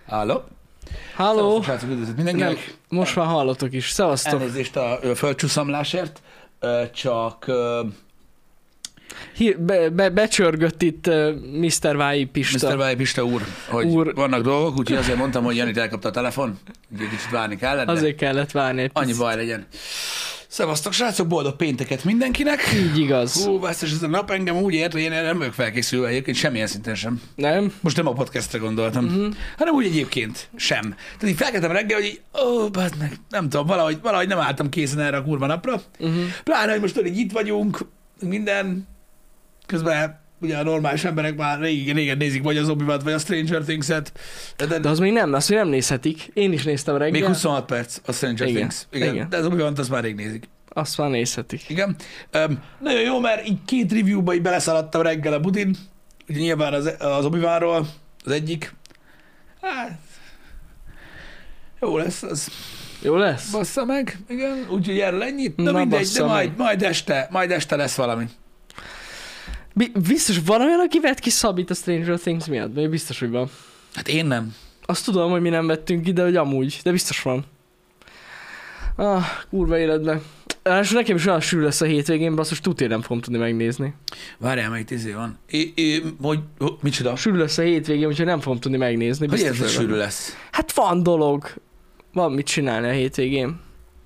Halló. Halló. Srácok, üdvözlet mindenkinek. Most már hallotok is. Szevasztok. Elnézést a földcsúszamlásért, csak... Becsörgött itt Mr. Vályi Pista. Mr. Vályi Pista úr, hogy vannak dolgok, úgyhogy azért mondtam, hogy Janit elkapta a telefon, úgyhogy kicsit várni kellett. Azért kellett várni egy annyi baj legyen. Szevasztok, srácok, boldog pénteket mindenkinek. Így igaz. Hú, basszus, ez a nap engem úgy ért, hogy én erre nem vagyok felkészülve egyébként, semmilyen szinten sem. Nem? Most nem a podcastre gondoltam, hanem úgy egyébként sem. Tehát így felkeltem reggel, hogy így, bazd meg, nem tudom, valahogy nem álltam készen erre a kurva napra. Pláne, hogy most így itt vagyunk, minden, közben ugye a normális emberek már régen nézik vagy az Obi-Wan, vagy a Stranger Things-et. De az még nem nézhetik. Én is néztem reggel. Még 26 perc a Stranger Things. Igen. De az Obi-Wan-t azt már rég nézik. Azt már nézhetik. Igen. Nagyon jó, mert így 2 reviewba így beleszaladtam reggel a budin. Ugye nyilván az Obi-Wanról az egyik. Hát, jó lesz az. Jó lesz? Bassza meg, igen. Úgyhogy erről ennyit. Na mindegy, de majd este lesz valami. Biztos van olyan, aki vett ki Szabit a Stranger Things miatt? Vagy biztos, hogy van. Hát én nem. Azt tudom, hogy mi nem vettünk ide, hogy amúgy, de biztos van. Kurva életben. Nekem is olyan sűrű lesz a hétvégén, basszus, tuti nem fogom tudni megnézni. Várjál, melyik van. Micsoda? Sűrű lesz a hétvégén, úgyhogy nem fogom tudni megnézni. Hogy ez sűrű lesz? Hát van dolog. Van mit csinálni a hétvégén.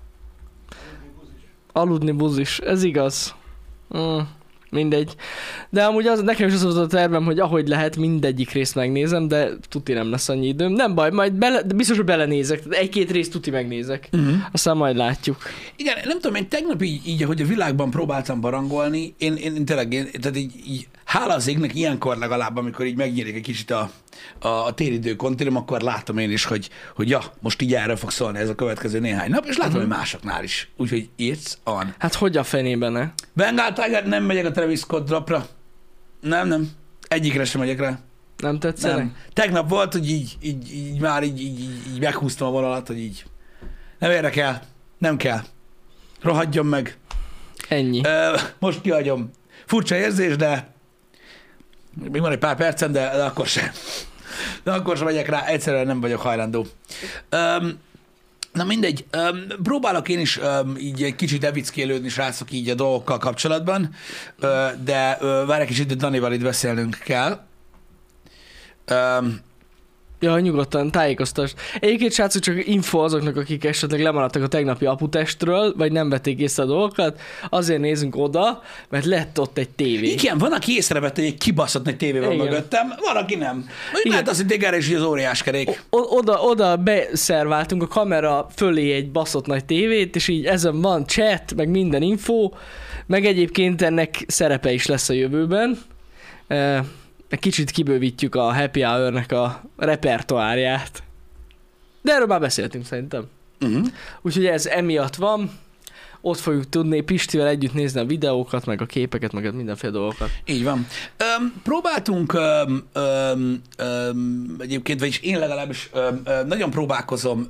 Aludni buzis, ez igaz. Mindegy. De amúgy nekem is az volt a tervem, hogy ahogy lehet, mindegyik részt megnézem, de tuti nem lesz annyi időm. Nem baj, majd de biztos, hogy belenézek. 1-2 részt tuti megnézek. Aztán majd látjuk. Igen, nem tudom, én tegnap így ahogy a világban próbáltam barangolni, én tényleg, tehát így hála az égnek ilyenkor legalább, amikor így megnyílik egy kicsit a téridő kontinum, akkor látom én is, hogy ja, most így erről fog szólni ez a következő néhány nap, és látom, hogy másoknál is. Úgyhogy it's on. Hát hogy a fenében, ne? Bengal Tiger, nem megyek a Travis Scott dropra. Nem. Egyikre sem megyek rá. Nem tetszenek? Nem. Tegnap volt, hogy így már így meghúztam a vonalat, hogy így nem érdekel, nem kell. Rohadjon meg. Ennyi. Most kihagyom. Furcsa érzés, de még van egy pár percem, de akkor sem. De akkor sem megyek rá, egyszerűen nem vagyok hajlandó. Na mindegy, próbálok én is így egy kicsit evickélődni, srácok, így a dolgokkal kapcsolatban, de várj egy kicsit, de Danival itt beszélnünk kell. Ja, nyugodtan tájékoztass. Egyébként, srácok, csak info azoknak, akik esetleg lemaradtak a tegnapi aputestről, vagy nem vették észre a dolgokat, azért nézünk oda, mert lett ott egy tévé. Igen, van, aki észrevett, hogy egy kibaszott nagy tévé van mögöttem, van, aki nem. Lehet azt, hogy erre is az óriás kerék. Oda beszerváltunk a kamera fölé egy baszott nagy tévét, és így ezen van chat, meg minden info, meg egyébként ennek szerepe is lesz a jövőben. Kicsit kibővítjük a Happy Hour-nek a repertoárját. De erről már beszéltünk szerintem. Úgyhogy ez emiatt van. Ott fogjuk tudni Pistivel együtt nézni a videókat, meg a képeket, meg mindenféle dolgokat. Így van. Próbáltunk egyébként, vagyis én legalábbis nagyon próbálkozom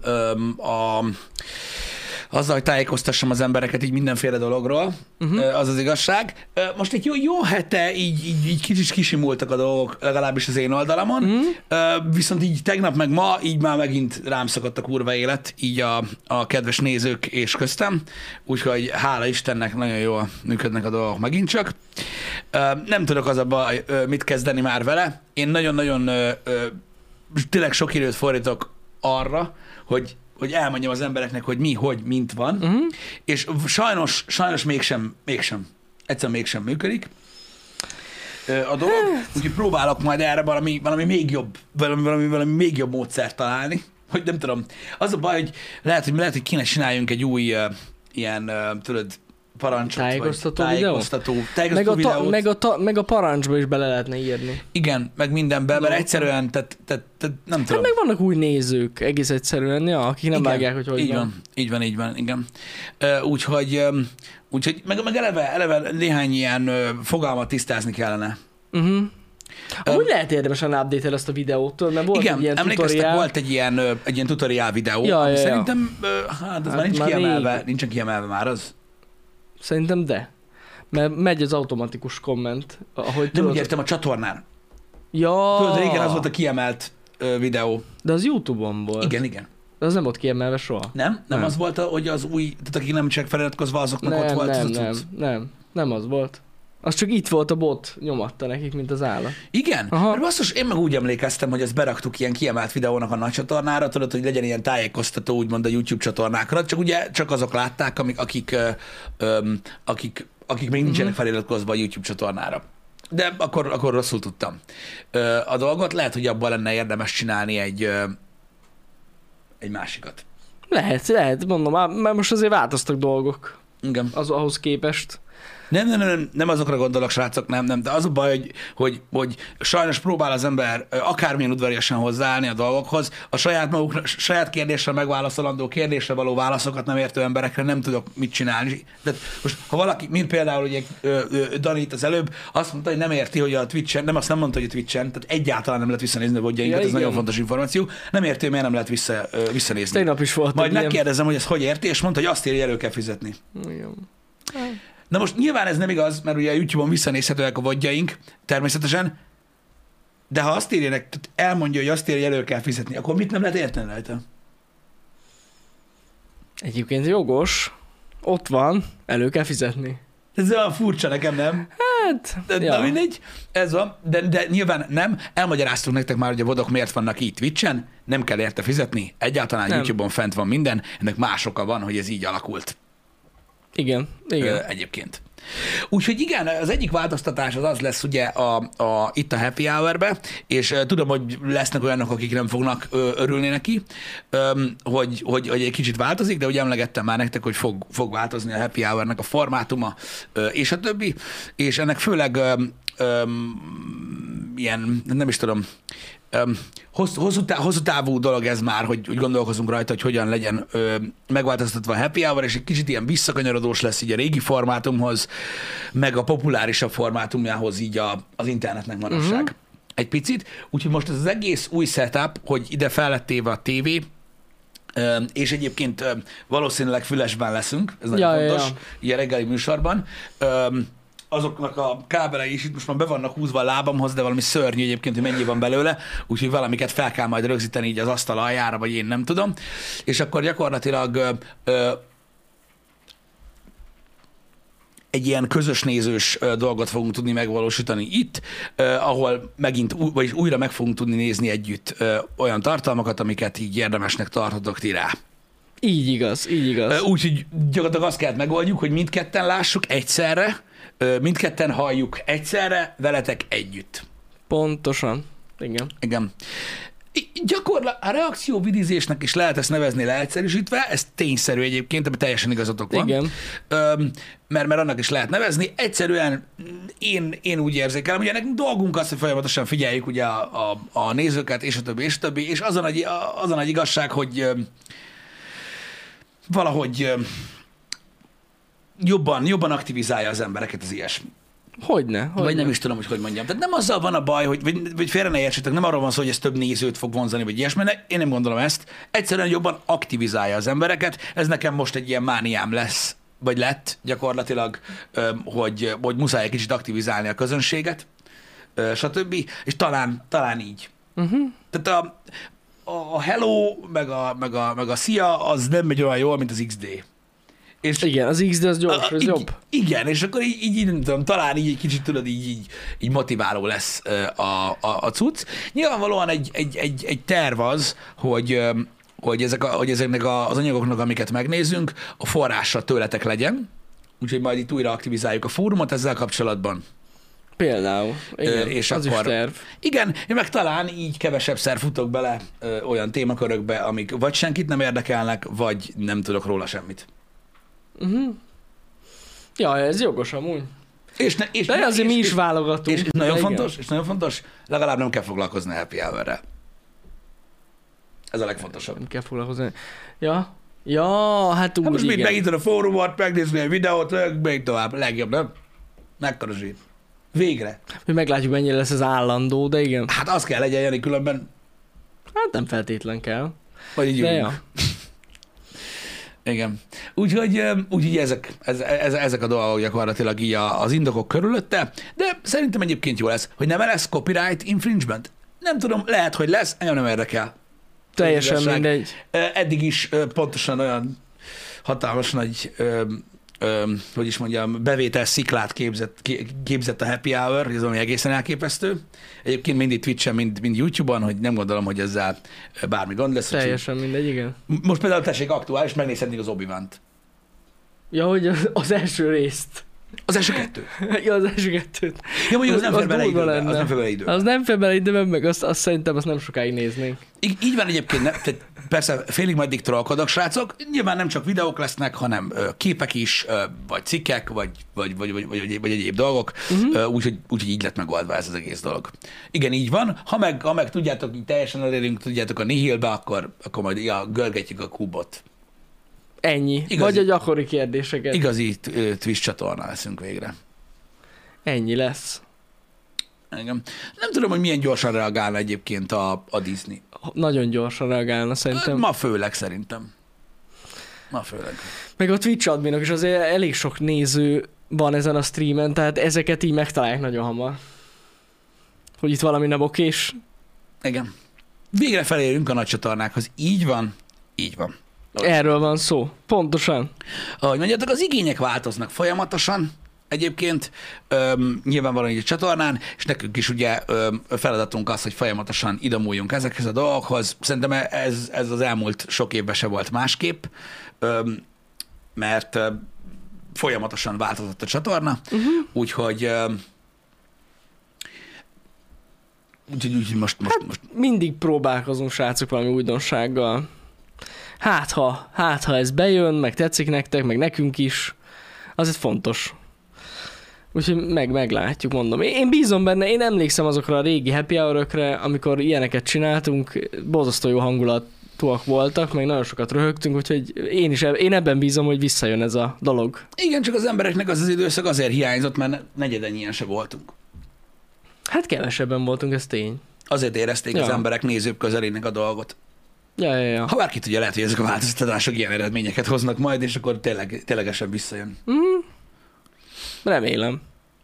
azzal, hogy tájékoztassam az embereket így mindenféle dologról, az az igazság. Most egy jó hete így kicsit kisimultak a dolgok, legalábbis az én oldalamon, viszont így tegnap meg ma így már megint rám szakadt a kurva élet, így a kedves nézők és köztem, úgyhogy hála Istennek nagyon jól működnek a dolgok megint csak. Nem tudok az a baj, mit kezdeni már vele. Én nagyon-nagyon tényleg sok időt fordítok arra, hogy elmondjam az embereknek, hogy mi, hogy, mint van, és sajnos mégsem, egyszerűen mégsem működik a dolog, úgyhogy próbálok majd erre valami még jobb, valami még jobb módszert találni, hogy nem tudom. Az a baj, hogy lehet, hogy kéne csináljunk egy új ilyen, tudod, parancsot, tájékoztató videót. Meg a parancsba is bele lehetne írni. Igen, meg mindenben, mert egyszerűen, tehát nem tudom. Hát meg vannak új nézők, egész egyszerűen, ja, akik nem vágják, hogy így van, igen. Úgyhogy meg eleve néhány ilyen fogalmat tisztázni kellene. Úgy lehet érdemesen update-el ezt a videót, mert volt egy ilyen tutoriál. Volt egy ilyen tutoriál videó, ami szerintem, hát az már nincsen kiemelve már az. Szerintem de. Mert megy az automatikus komment. Ahogy nem úgy értem a csatornán. Ja. Tudod, régen az volt a kiemelt videó. De az YouTube-on volt. Igen, igen. De az nem ott kiemelve soha. Nem az volt, hogy az új, tehát akik nem csak feliratkozva, azoknak ott volt az a cucc? Nem az volt. Az csak itt volt a bot, nyomatta nekik, mint az állat. Igen? Mert basszus, én meg úgy emlékeztem, hogy ezt beraktuk ilyen kiemelt videónak a nagy csatornára, tudod, hogy legyen ilyen tájékoztató, úgymond a YouTube csatornákra, csak ugye csak azok látták, akik még nincsenek feliratkozva a YouTube csatornára. De akkor rosszul tudtam a dolgot. Lehet, hogy abban lenne érdemes csinálni egy másikat. Lehet, mondom, mert most azért változtak dolgok. Igen. Ahhoz képest. Nem azokra gondolok, srácok, nem. De az a baj, hogy sajnos próbál az ember akármilyen udvariasan hozzáállni a dolgokhoz, a saját kérdésre megválaszolandó kérdésre való válaszokat nem értő emberekre nem tudok mit csinálni. De most, ha valaki, mint például ugye Dani itt az előbb, azt mondta, hogy nem érti, hogy a Twitch-en, nem azt nem mondta, hogy a Twitch-en, tehát egyáltalán nem lehet visszanézni a vodjainkat, ez nagyon fontos információ. Nem érti, hogy miért nem lehet visszanézni. Tegnap is volt. Majd megkérdezem, hogy ezt hogy érti, és mondta, hogy azt írja, hogy elő kell fizetni. Igen. Na most nyilván ez nem igaz, mert ugye a YouTube-on visszanézhetőek a vodjaink, természetesen, de ha azt írja, elmondja, hogy azt írja, hogy elő kell fizetni, akkor mit nem lehet érteni rajta? Egyébként jogos, ott van, elő kell fizetni. Ez olyan furcsa nekem, nem? Hát, Na mindegy, ez van, de nyilván nem. Elmagyaráztuk nektek már, hogy a vodok miért vannak itt Twitch-en, nem kell érte fizetni, egyáltalán nem. YouTube-on fent van minden, ennek más oka van, hogy ez így alakult. Igen. Egyébként. Úgyhogy igen, az egyik változtatás az lesz ugye itt a Happy Hour-be, és tudom, hogy lesznek olyanok, akik nem fognak örülni neki, hogy egy kicsit változik, de ugye emlegettem már nektek, hogy fog változni a Happy Hour-nek a formátuma, és a többi, és ennek főleg ilyen, nem is tudom, hosszú távú dolog ez már, hogy gondolkozunk rajta, hogy hogyan legyen megváltoztatva a Happy Hour, és egy kicsit ilyen visszakanyarodós lesz így a régi formátumhoz, meg a populárisabb formátumjához így az internetnek manapság. Egy picit. Úgyhogy most ez az egész új setup, hogy ide fel lett téve a tévé, és egyébként valószínűleg fülesben leszünk, ez nagyon fontos, ilyen reggeli műsorban. Azoknak a kábelei is itt most már be vannak húzva a lábamhoz, de valami szörnyű egyébként, hogy mennyi van belőle, úgyhogy valamiket fel kell majd rögzíteni így az asztal aljára, vagy én nem tudom. És akkor gyakorlatilag egy ilyen közös nézős dolgot fogunk tudni megvalósítani itt, ahol megint vagyis újra meg fogunk tudni nézni együtt olyan tartalmakat, amiket így érdemesnek tartotok ti rá. Így igaz. Úgyhogy gyakorlatilag azt kellett megoldjuk, hogy mindketten lássuk egyszerre, mindketten halljuk egyszerre, veletek együtt. Pontosan. Igen. A reakcióvidízésnek is lehet ezt nevezni leegyszerűsítve, ez tényszerű egyébként, de teljesen igazatok van. Igen. Mert annak is lehet nevezni. Egyszerűen én úgy érzékelem, hogy ennek dolgunk az, hogy folyamatosan figyeljük ugye a nézőket, és a többi, és az a nagy igazság, hogy valahogy jobban aktivizálja az embereket az ilyesmi. Hogyne. Vagy nem is tudom, hogy mondjam. Tehát nem azzal van a baj, vagy félre ne értsetek, nem arról van szó, hogy ez több nézőt fog vonzani, vagy ilyesmi, én nem gondolom ezt. Egyszerűen jobban aktivizálja az embereket. Ez nekem most egy ilyen mániám lesz, vagy lett gyakorlatilag, hogy muszáj egy kicsit aktivizálni a közönséget, stb. És talán így. Tehát a hello, meg a szia, az nem megy olyan jól, mint az XD. És igen, az XD az gyors, ez jobb. Igen, és akkor így nem tudom, talán így egy kicsit tudod, így motiváló lesz a cucc. Nyilvánvalóan egy terv az, hogy ezeknek az anyagoknak, amiket megnézünk, a forrása tőletek legyen, úgyhogy majd itt újra aktivizáljuk a fórumot ezzel kapcsolatban. Például. Igen, és az akkor, is terv. Igen, én meg talán így kevesebbszer futok bele olyan témakörökbe, amik vagy senkit nem érdekelnek, vagy nem tudok róla semmit. Ja, ez jogos amúgy. De azért mi is válogatunk. És nagyon fontos, legalább nem kell foglalkozni a Happy Hour-rel. Ez a legfontosabb. Nem kell foglalkozni. Ja, hát úgy, most mit megnyitod a fórumot, megnézni a videót, még tovább. Legjobb, nem? Mekkora zsír. Végre. Mi meglátjuk, mennyire lesz ez állandó, de igen. Hát az kell legyen, Jani, különben. Hát nem feltétlen kell. Vagy így ja. Igen. Úgyhogy ezek a dolgok gyakorlatilag így az indokok körülötte, de szerintem egyébként jó lesz, hogy nem lesz copyright infringement. Nem tudom, lehet, hogy lesz, engem nem érdekel. Teljesen Igazság. mindegy. Eddig is pontosan olyan hatalmas nagy, hogy is mondjam, bevétel sziklát képzett a Happy Hour, ez ami egészen elképesztő. Egyébként mind itt Twitch-en, mind YouTube-on, hogy nem gondolom, hogy ezzel bármi gond lesz. Teljesen mindegy, igen. Most például tessék aktuális, megnézhetnék az Obi-Wan-t. Ja, hogy az első részt. Az első kettő. Ja, az első kettőt. Ja, mondjuk az nem fér bele durva időbe. lenne. Az nem fér bele időbe. Az nem fér bele időben, meg azt szerintem azt nem sokáig néznénk. Így van egyébként, tehát persze félig meddig trollkodok, srácok. Nyilván nem csak videók lesznek, hanem képek is, vagy cikkek, vagy egyéb dolgok. Úgyhogy így lett megoldva ez az egész dolog. Igen, így van. Ha meg tudjátok, így teljesen elérünk, tudjátok a Nihilbe, akkor majd görgetjük a kubot. Ennyi. Igazi. Vagy a gyakori kérdéseket. Igazi Twitch csatorna leszünk végre. Ennyi lesz. Engem. Nem tudom, hogy milyen gyorsan reagálna egyébként a Disney. Nagyon gyorsan reagálna szerintem. Ma főleg szerintem. Ma főleg. Meg a Twitch adminok is azért elég sok néző van ezen a streamen, tehát ezeket így megtalálják nagyon hamar. Hogy itt valami nem okés. Igen. Végre felérünk a nagy csatornákhoz. Így van. Így van. Erről van szó. Pontosan. Ahogy mondjátok, az igények változnak folyamatosan. Egyébként nyilvánvalóan így a csatornán, és nekünk is ugye feladatunk az, hogy folyamatosan idomuljunk ezekhez a dolgokhoz. Szerintem ez az elmúlt sok évben se volt másképp, mert folyamatosan változott a csatorna, úgyhogy most... Mindig próbálkozunk, srácok, valami újdonsággal. Hát ha ez bejön, meg tetszik nektek, meg nekünk is, az egy fontos. Úgyhogy meglátjuk, mondom. Én bízom benne, én emlékszem azokra a régi happy hour-ökre, amikor ilyeneket csináltunk, borzasztó jó hangulatúak voltak, meg nagyon sokat röhögtünk, úgyhogy én ebben bízom, hogy visszajön ez a dolog. Igen, csak az embereknek az időszak azért hiányzott, mert negyedennyien se voltunk. Hát kevesebben voltunk, ez tény. Azért érezték az emberek nézők közelének a dolgot. Ja. Ha bárki tudja, lehet, hogy ezek a változtatások ilyen eredményeket hoznak majd, és akkor ténylegesen visszajön. Remélem.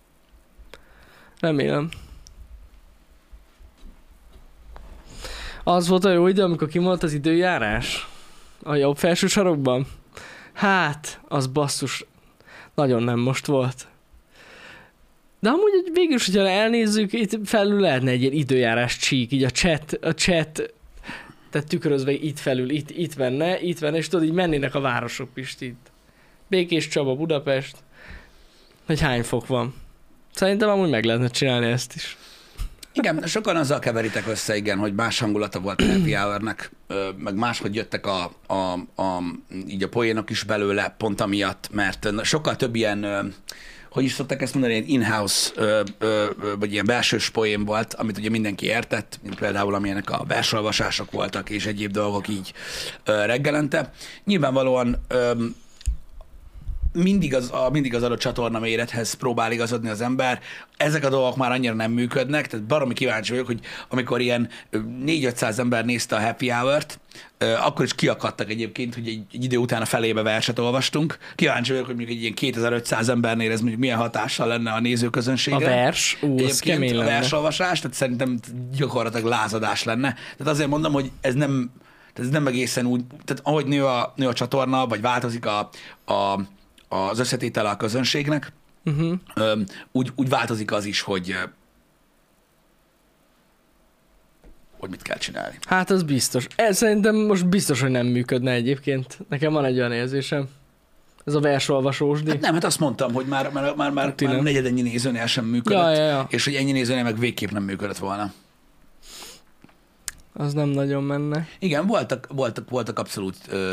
Az volt a jó idő, amikor kimondott az időjárás? A jobb felső sarokban? Hát, az basszus, nagyon nem most volt. De amúgy végül is, hogyha elnézzük, itt felül lehetne egy ilyen időjárás csík, így a chat tehát tükrözve itt felül, itt menne, és tudod, így mennének a városok Pist itt. Békés Csaba, Budapest, hogy hány fok van. Szerintem amúgy meg lehetne csinálni ezt is. Igen, sokan azzal keveritek össze, igen, hogy más hangulata volt a Happy Hour-nek, meg máshogy jöttek így a poénok is belőle, pont amiatt, mert sokkal több ilyen, hogy is szokták ezt mondani, ilyen in-house, vagy ilyen belsős poén volt, amit ugye mindenki értett, mint például amilyenek a versolvasások voltak, és egyéb dolgok így reggelente. Nyilvánvalóan mindig az adott csatorna mérethez próbál igazodni az ember. Ezek a dolgok már annyira nem működnek, tehát baromi kíváncsi vagyok, hogy amikor ilyen 400-500 ember nézte a Happy Hour-t, akkor is kiakadtak egyébként, hogy egy idő után a felébe verset olvastunk. Kíváncsi vagyok, hogy mondjuk egy ilyen 2500 embernél ez mondjuk milyen hatással lenne a nézőközönségre. A vers? Az kemény lenne. A versolvasás, tehát szerintem gyakorlatilag lázadás lenne. Tehát azért mondom, hogy ez nem egészen úgy, tehát ahogy nő a csatorna, vagy változik az összetétele a közönségnek, úgy változik az is, hogy mit kell csinálni. Hát az biztos. Szerintem most biztos, hogy nem működne egyébként. Nekem van egy olyan érzésem. Ez a versolvasósdi. Hát nem, hát azt mondtam, hogy már negyedennyi nézőnél sem működött, ja. És hogy ennyi nézőnél meg végképp nem működött volna. Az nem nagyon menne. Igen, voltak abszolút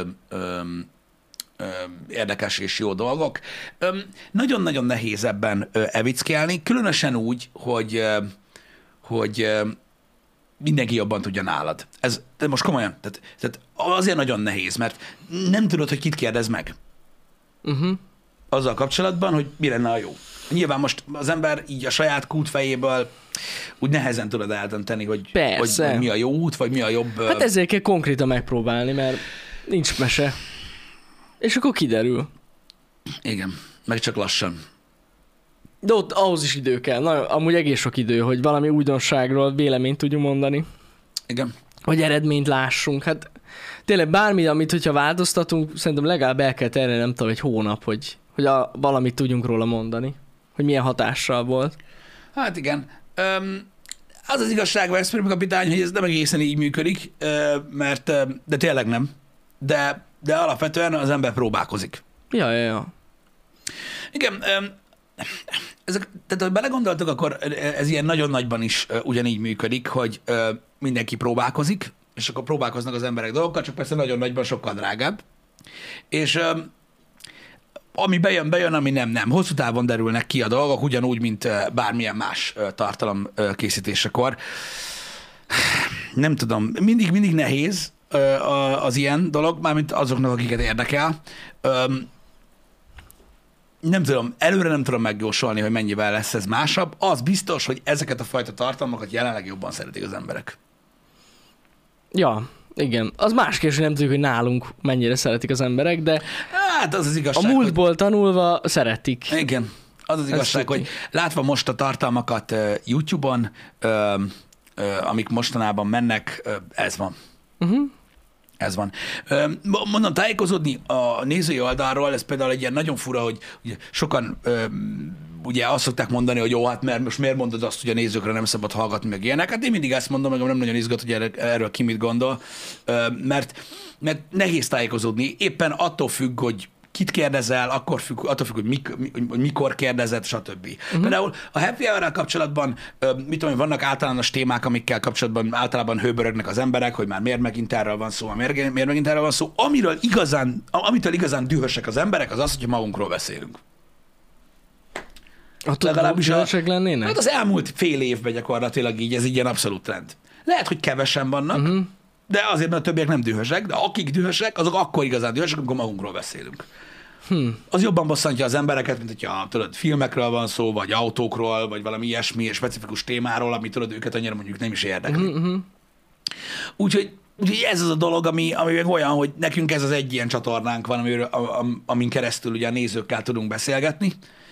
érdekes és jó dolgok. Nagyon-nagyon nehéz ebben evickelni, különösen úgy, hogy mindenki jobban tudja nálad. De most komolyan, tehát azért nagyon nehéz, mert nem tudod, hogy kit kérdez meg. Azzal kapcsolatban, hogy mi lenne a jó. Nyilván most az ember így a saját kútfejéből úgy nehezen tudod eldönteni, hogy mi a jó út, vagy mi a jobb... Hát ezért kell konkrétan megpróbálni, mert nincs mese. És akkor kiderül. Igen, meg csak lassan. De ott ahhoz is idő kell. Na, amúgy egész sok idő, hogy valami újdonságról véleményt tudjunk mondani. Igen. Vagy eredményt lássunk. Hát tényleg bármi, amit hogyha változtatunk, szerintem legalább el kell tenni, nem tudom, egy hónap, hogy valamit tudjunk róla mondani. Hogy milyen hatással volt. Hát igen. Az az igazság, Veszprém kapitány, hogy ez nem egészen így működik, de tényleg nem. De alapvetően az ember próbálkozik. Ja. Igen, tehát ha belegondoltok, akkor ez ilyen nagyon nagyban is ugyanígy működik, hogy mindenki próbálkozik, és akkor próbálkoznak az emberek dolgokkal, csak persze nagyon nagyban sokkal drágább. És ami bejön, ami nem. Hosszú távon derülnek ki a dolgok, ugyanúgy, mint bármilyen más tartalom készítésekor. Nem tudom, mindig nehéz az ilyen dolog, mármint azoknak, akiket érdekel. Nem tudom, előre nem tudom megjósolni, hogy mennyivel lesz ez másabb. Az biztos, hogy ezeket a fajta tartalmakat jelenleg jobban szeretik az emberek. Ja, igen. Az más kérdés, hogy nem tudjuk, hogy nálunk mennyire szeretik az emberek, de hát az az igazság, a múltból tanulva szeretik. Igen. Az az igazság, hogy látva most a tartalmakat YouTube-on, amik mostanában mennek, ez van. Ez van. Mondom, tájékozódni a nézői oldalról, ez például egy ilyen nagyon fura, hogy ugye sokan ugye azt szokták mondani, hogy jó, hát most miért mondod azt, hogy a nézőkre nem szabad hallgatni, meg ilyenek. Hát én mindig ezt mondom, meg nem nagyon izgat, hogy erről ki mit gondol, mert nehéz tájékozódni. Éppen attól függ, hogy kit kérdezel, attól függ, hogy mikor kérdezed, stb. Például a happy hour-rel kapcsolatban, mit tudom, vannak általános témák, amikkel kapcsolatban általában hőbörögnek az emberek, hogy már miért megint erről van szó, amitől igazán dühösek az emberek, az az, hogyha magunkról beszélünk. Legalábbis lennének? Hát az elmúlt fél évben gyakorlatilag így, ez így ilyen abszolút trend. Lehet, hogy kevesen vannak, de azért, mert a többiek nem dühösek, de akik dühösek, azok akkor igazán dühösek, amikor magunkról beszélünk. Az jobban bosszantja az embereket, mint hogyha tudod, filmekről van szó, vagy autókról, vagy valami ilyesmi specifikus témáról, ami tudod, őket annyira mondjuk nem is érdekli. Úgyhogy ez az a dolog, ami meg olyan, hogy nekünk ez az egy ilyen csatornánk van, amin keresztül ugye a nézőkkel tudunk beszélgetni.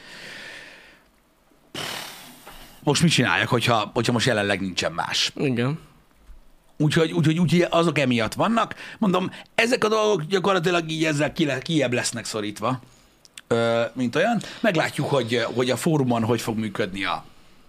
Most mit csináljak, hogyha most jelenleg nincsen más? Igen. Úgyhogy azok emiatt vannak. Mondom, ezek a dolgok gyakorlatilag így ezzel kijebb lesznek szorítva, mint olyan. Meglátjuk, hogy a fórumon hogy fog működni a...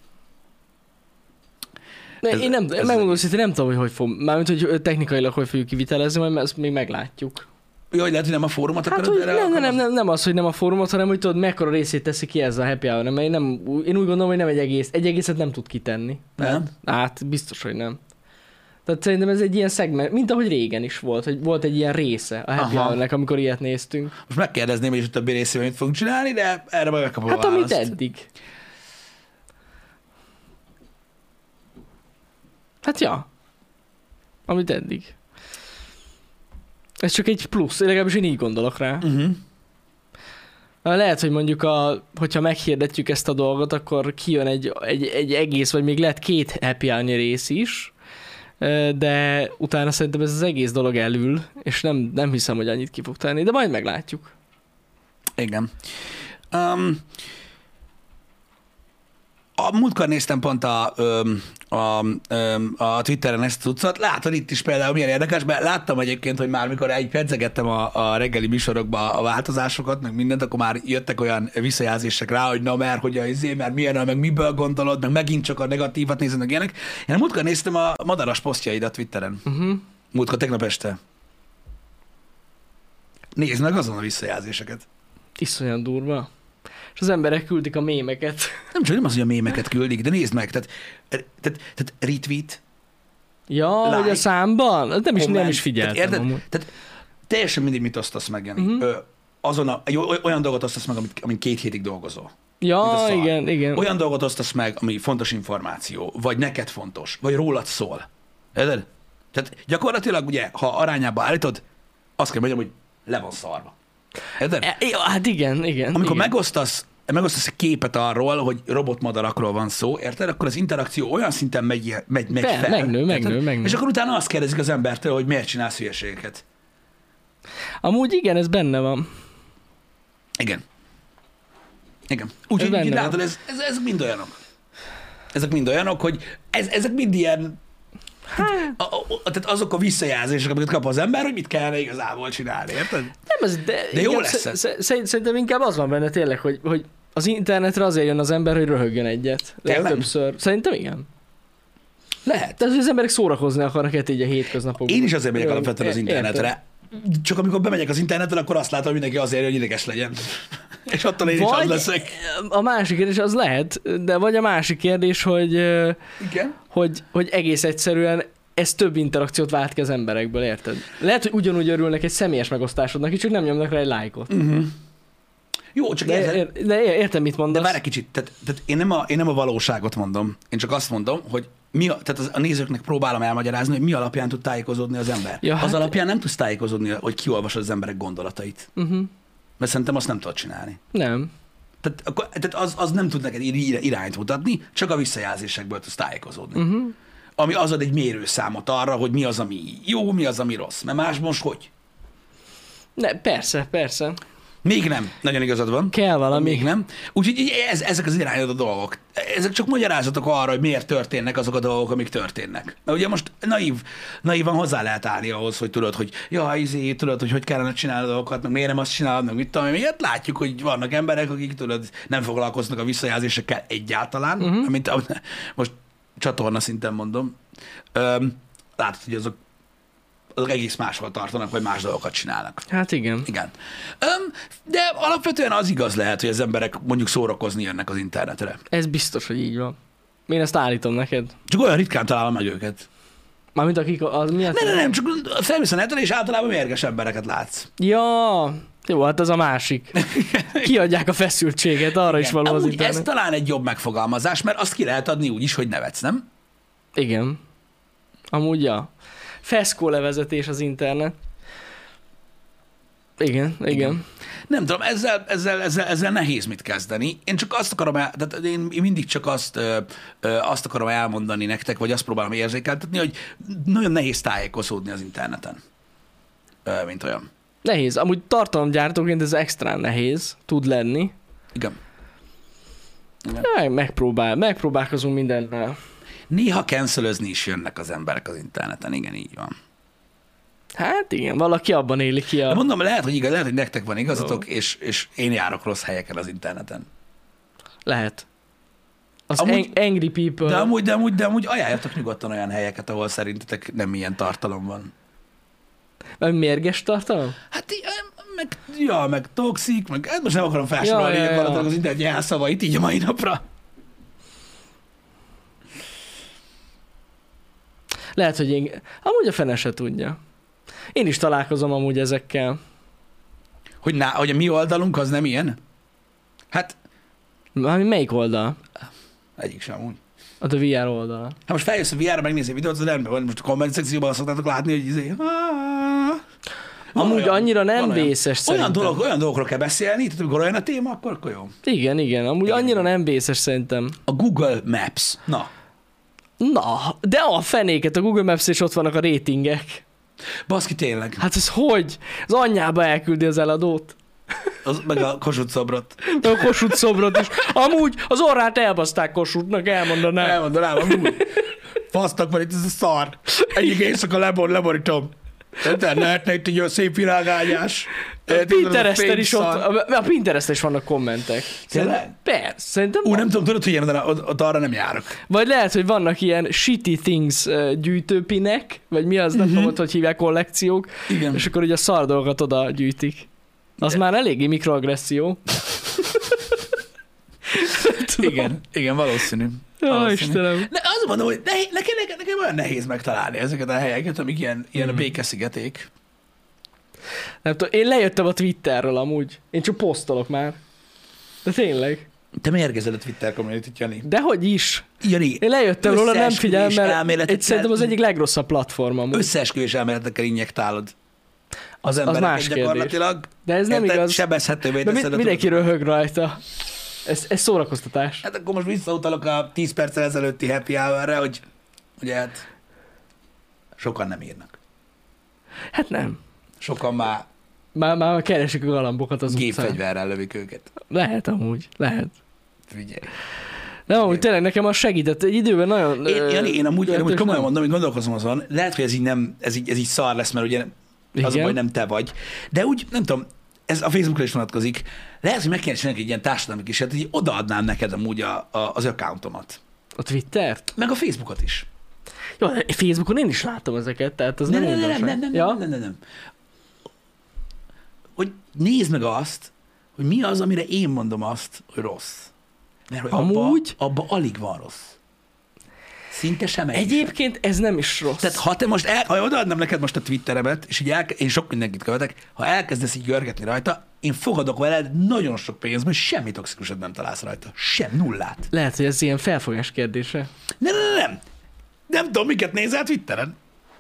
Én megmondom őszintén, nem tudom, hogy fog. Mármint, hogy technikailag hogy fogjuk kivitelezni, majd ezt még meglátjuk. Jó, hogy lehet, hogy nem a fórumot akarod erre? Nem az, hogy nem a fórumot, hanem hogy tudod, mekkora részét teszi ki ez a happy hour. Mert én úgy gondolom, hogy nem egy egészet nem tud kitenni. Nem? Hát biztos, hogy nem. Tehát szerintem ez egy ilyen szegment, mint ahogy régen is volt, hogy volt egy ilyen része a happy hour-nek, amikor ilyet néztünk. Most megkérdezném, hogy a többi részében mit fogunk csinálni, de erre majd megkapom a választ. Hát amit eddig. Hát ja. Amit eddig. Ez csak egy plusz, legalábbis én így gondolok rá. Lehet, hogy mondjuk, hogyha meghirdetjük ezt a dolgot, akkor kijön egy egész, vagy még lehet 2 happy hour rész is, de utána szerintem ez az egész dolog elül, és nem hiszem, hogy annyit ki fog tenni, de majd meglátjuk. Igen. A múltkor néztem pont a Twitteren ezt a cuccot, látod itt is például milyen érdekes, mert láttam egyébként, hogy már mikor pedzegettem a reggeli műsorokba a változásokat, meg mindent, akkor már jöttek olyan visszajelzések rá, hogy na mert, hogy mert milyen, meg miből gondolod, meg megint csak a negatívat nézed, meg ilyenek. Én a múltkor néztem a madaras posztjaidat Twitteren. Múltkor tegnap este. Nézd meg azon a visszajelzéseket. Iszonyan durva. És az emberek küldik a mémeket. Nem az, hogy a mémeket küldik, de nézd meg, tehát retweet. Ja, like, hogy a számban? Nem is figyeltem. Tehát teljesen mindig mit osztasz meg, Jani. Olyan dolgot osztasz meg, amit 2 hétig dolgozol. Ja, igen. Olyan dolgot osztasz meg, ami fontos információ, vagy neked fontos, vagy rólad szól. Érted? Tehát gyakorlatilag ugye, ha arányába állítod, azt kell mondjam, hogy le van szarva. Érted? Hát igen. Amikor megosztasz egy képet arról, hogy robotmadarakról van szó, érted? Akkor az interakció olyan szinten megy fel. Megnő. És akkor utána azt kérdezik az embertől, hogy miért csinálsz hülyeségeket. Amúgy igen, ez benne van. Igen. Igen. Úgyhogy benne látod, ezek mind olyanok. Ezek mind olyanok, hogy ezek mind ilyen, tehát azok a visszajelzések, amiket kap az ember, hogy mit kellene igazából csinálni, érted? De jó lesz Szerintem inkább az van benne tényleg, hogy az internetre azért jön az ember, hogy röhögjön egyet. Többször. Szerintem igen. Lehet. Tehát az emberek szórakozni akarnak így a hétköznapokban. Én is azért megyek alapvetően az internetre. Csak amikor bemegyek az internetre, akkor azt látom, hogy mindenki azért, hogy ideges legyen. És attól én is az leszek. A másik kérdés az lehet, de vagy a másik kérdés, hogy, igen? hogy egész egyszerűen ez több interakciót vált ki az emberekből, érted? Lehet, hogy ugyanúgy örülnek egy személyes megosztásodnak, csak nem nyomnak rá egy lájkot. Uh-huh. Jó, csak de értem, mit mondasz. De várj egy kicsit, tehát én nem a valóságot mondom, én csak azt mondom, hogy tehát a nézőknek próbálom elmagyarázni, hogy mi alapján tud tájékozódni az ember. Ja, az alapján nem tudsz tájékozódni, hogy kiolvasod az emberek gondolatait. Mert szerintem azt nem tudod csinálni. Nem. Tehát az nem tud neked irányt mutatni, csak a visszajelzésekből tudsz tájékozódni. Ami az ad egy mérőszámot arra, hogy mi az, ami jó, mi az, ami rossz. Mert más most hogy? Persze. Még nem. Nagyon igazad van. Kell valami. Még nem. Úgyhogy ezek az irányadó dolgok. Ezek csak magyarázatok arra, hogy miért történnek azok a dolgok, amik történnek. Mert ugye most naívan hozzá lehet állni ahhoz, hogy tudod, hogy tudod, hogy kellene csinálni a dolgokat, meg miért nem azt csinálod, meg mit tudom, miért látjuk, hogy vannak emberek, akik tudod, nem foglalkoznak a visszajelzésekkel egyáltalán, amit most csatorna szinten mondom. Látod, hogy azok egész máshol tartanak, vagy más dolgokat csinálnak. Hát igen. Igen. De alapvetően az igaz lehet, hogy az emberek mondjuk szórakozni jönnek az internetre. Ez biztos, hogy így van. Én ezt állítom neked. Csak olyan ritkán találom meg őket. Mármint akik az miatt... Nem, csak felmész a netre, és általában mérges embereket látsz. Ja, jó, hát az a másik. Kiadják a feszültséget, arra is való az internet. Ez talán egy jobb megfogalmazás, mert azt ki lehet adni úgy is, hogy nevetsz, nem? Igen. Amúgy, ja. Feszkó levezetés az internet. Igen. Nem tudom, ezzel nehéz mit kezdeni. Én csak azt akarom, tehát én mindig csak azt akarom elmondani nektek, vagy azt próbálom érzékeltetni, hogy nagyon nehéz tájékozódni az interneten. Mint olyan. Nehéz. Amúgy tartalomgyártóként ez extrán nehéz tud lenni. Igen. Megpróbálkozunk mindennel. Néha cancelözni is jönnek az emberek az interneten, igen, így van. Hát igen, valaki abban éli ki a... De mondom, lehet, hogy nektek van igazatok, és én járok rossz helyeken az interneten. Lehet. Az angry people... De amúgy ajánljatok nyugodtan olyan helyeket, ahol szerintetek nem ilyen tartalom van. Mérges tartalom? Hát meg toxik, meg most nem akarom felsorolni valamilag az internet jelszavait így a mai napra. Lehet, hogy amúgy a fene se tudja. Én is találkozom amúgy ezekkel. Hogy a mi oldalunk az nem ilyen? Hát... Melyik oldal? Egyik sem úgy. A VR oldal. Hát most feljössz a VR-ra, megnézni a videót, az rendben van. Most a komment szekcióban azt szoktátok látni, hogy amúgy olyan, annyira nem vészes szerintem. Olyan dolgokról kell beszélni, tehát amikor olyan a téma, akkor jó. Igen. Amúgy annyira nem vészes szerintem. A Google Maps. Na, de a fenéket, a Google Maps és ott vannak a rétingek. Baszki, tényleg. Hát ez hogy? Az anyjába elküldi az eladót. Meg a Kossuth szobrot. Meg a Kossuth szobrot is. Amúgy az orrát elbaszták Kossuthnak, elmondanám, amúgy. Fasztak van itt ez a szar. Egyik éjszaka leborítom. De lehetne itt egy olyan szép virágágyás. Pinteresten is ott, a Pinteresten is vannak kommentek. Tényleg? Persze, szerintem nem tudom, tudod, hogy ilyen, ott arra nem járok. Vagy lehet, hogy vannak ilyen shitty things gyűjtőpinek, vagy mi az, nem tudom, hogy hívják, kollekciók, igen. És akkor ugye a szar dolgokat oda gyűjtik. Az már eléggé mikroagresszió. Igen, valószínű. Istenem. De azt mondom, hogy nekem olyan nehéz megtalálni ezeket a helyeket, amik ilyen a békeszigeték. Nem tudom, én lejöttem a Twitterről amúgy. Én csak posztolok már. De tényleg. Te mérgezed a Twitter community-t, Jani. Dehogy is. Jani, én lejöttem róla, nem figyelem, mert szerintem az egyik legrosszabb platform amúgy. Összeesküvés elméletekkel injektálod az embereket gyakorlatilag. De ez nem igaz. Sebezhetővé teszed. Mindenki röhög rajta. Ez szórakoztatás. Hát akkor most visszautalok a 10 perccel ezelőtti happy hour-re, hogy hát sokan nem írnak. Hát nem. Sokan már Már keresik a galambokat az utcán. Gépfegyverrel lövik őket. Lehet amúgy, lehet. Figyelj. De amúgy tényleg nekem az segített. Egy időben nagyon... Én amúgy komolyan mondom, hogy gondolkozom azon, lehet, hogy ez így szar lesz, mert ugye az a baj, nem te vagy. De úgy, nem tudom, ez a Facebookra is vonatkozik. Lehet, hogy meg kéne csinálni egy ilyen társadalmi kísérletet, hogy odaadnám neked amúgy az accountomat. A Twittert? Meg a Facebookot is. Jó, Facebookon én is látom ezeket, tehát az nem. Hogy nézd meg azt, hogy mi az, amire én mondom azt, hogy rossz. Mert hogy amúgy... abba alig van rossz. Szinte sem egy. Egyébként ez nem is rossz. Tehát ha te most, ha odaadnám neked most a Twitteremet, és így én sok mindenkit követek, ha elkezdesz így görgetni rajta, én fogadok veled nagyon sok pénzbe, és semmi toxikusat nem találsz rajta. Nullát. Lehet, hogy ez ilyen felfogás kérdése. Nem. Nem tudom, miket nézel Twitteren.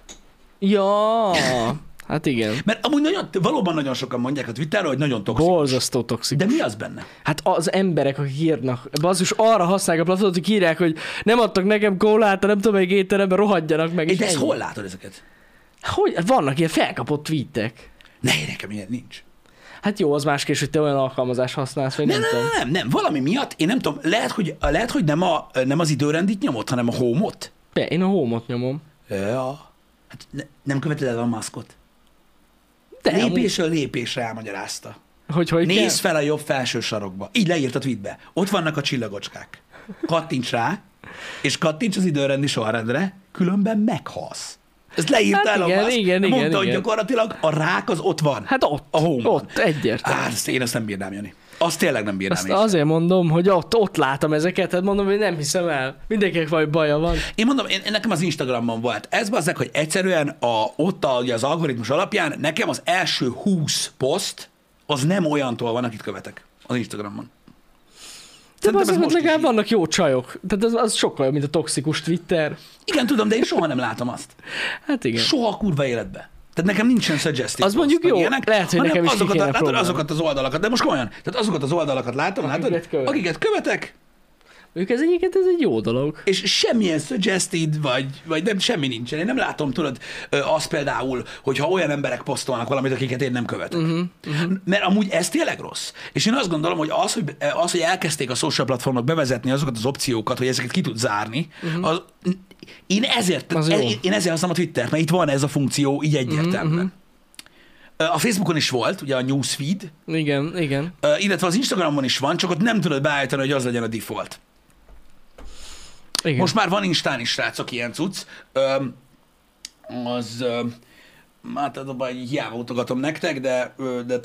Ja, hát igen. Mert amúgy valóban nagyon sokan mondják a Twitterről, hogy nagyon toxikus. Borzasztó toxikus. De mi az benne? Hát az emberek, akik írnak, basszus, arra használják a platformot, hogy írják, hogy nem adtak nekem kólát, nem tudom, melyik étteremben rohadjanak meg. De ezt hol látod ezeket? Hogy? Vannak ilyen felkapott tweetek. Nekem ilyen nincs. Hát jó, az más kérdés, hogy te olyan alkalmazást használsz, vagy nem. Valami miatt, én nem tudom, lehet, hogy nem az időrendit nyomod, hanem a home-ot? Én a home-ot nyomom. Ja. Hát nem követed el a maszkot? De lépésről lépésre elmagyarázta. Hogy nézd fel a jobb felső sarokba. Így leírt a tweetbe. Ott vannak a csillagocskák. Kattints rá, és kattints az időrendi sorrendre, különben meghalsz. Ezt leírta el a Musk. Mondta, hogy gyakorlatilag a rák az ott van. Hát ott. A home-on. Ott, egyértelmű. Én ezt nem bírnám, Jani. Azt tényleg nem bírnám. Azt azért mondom, hogy ott látom ezeket, tehát mondom, hogy nem hiszem el. Mindenkinek valami baja van. Én mondom, nekem az Instagramon volt. Ez bazzeg, hogy egyszerűen ott az algoritmus alapján nekem az első 20 poszt az nem olyantól van, akit követek az Instagramon. De azért legalább vannak jó csajok. Tehát az sokkal jobb, mint a toxikus Twitter. Igen, tudom, de én soha nem látom azt. Hát igen. Soha kurva életbe. Tehát nekem nincsen suggestive. Az mondjuk jó, ilyenek, lehet, hogy nekem is azokat az oldalakat, de most komolyan, tehát azokat az oldalakat látom, akiket követek. Ez egy jó dolog. És semmilyen suggested, vagy nem, semmi nincsen. Én nem látom, tudod, azt például, hogyha olyan emberek posztolnak valamit, akiket én nem követek. Mert amúgy ez tényleg rossz. És én azt gondolom, hogy hogy elkezdték a social platformok bevezetni azokat az opciókat, hogy ezeket ki tud zárni, én ezért használom a Twittert, mert itt van ez a funkció így egyértelműen. A Facebookon is volt, ugye a newsfeed. Igen. Illetve az Instagramon is van, csak ott nem tudod beállítani, hogy az legyen a default. Igen. Most már van Instán is, srácok, ilyen cucc. Hát a baj, hiába utogatom nektek, de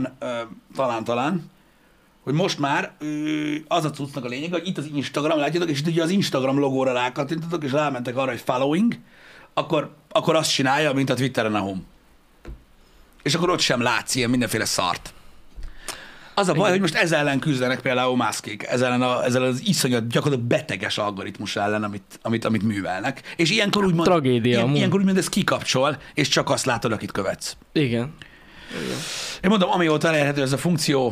talán, hogy most már az a cuccnak a lényeg, hogy itt az Instagram, látjátok, és itt ugye az Instagram logóra rákattintatok, és rámentek arra, hogy following, akkor azt csinálja, mint a Twitteren a home. És akkor ott sem látsz ilyen mindenféle szart. Az a baj, hogy most ezzel ellen küzdenek például Muskék, ezzel az iszonyat, gyakorlatilag beteges algoritmus ellen, amit művelnek. És ilyenkor úgymond, ilyenkor úgymond ez kikapcsol, és csak azt látod, akit követsz. Igen. Én mondom, amióta elérhető ez a funkció,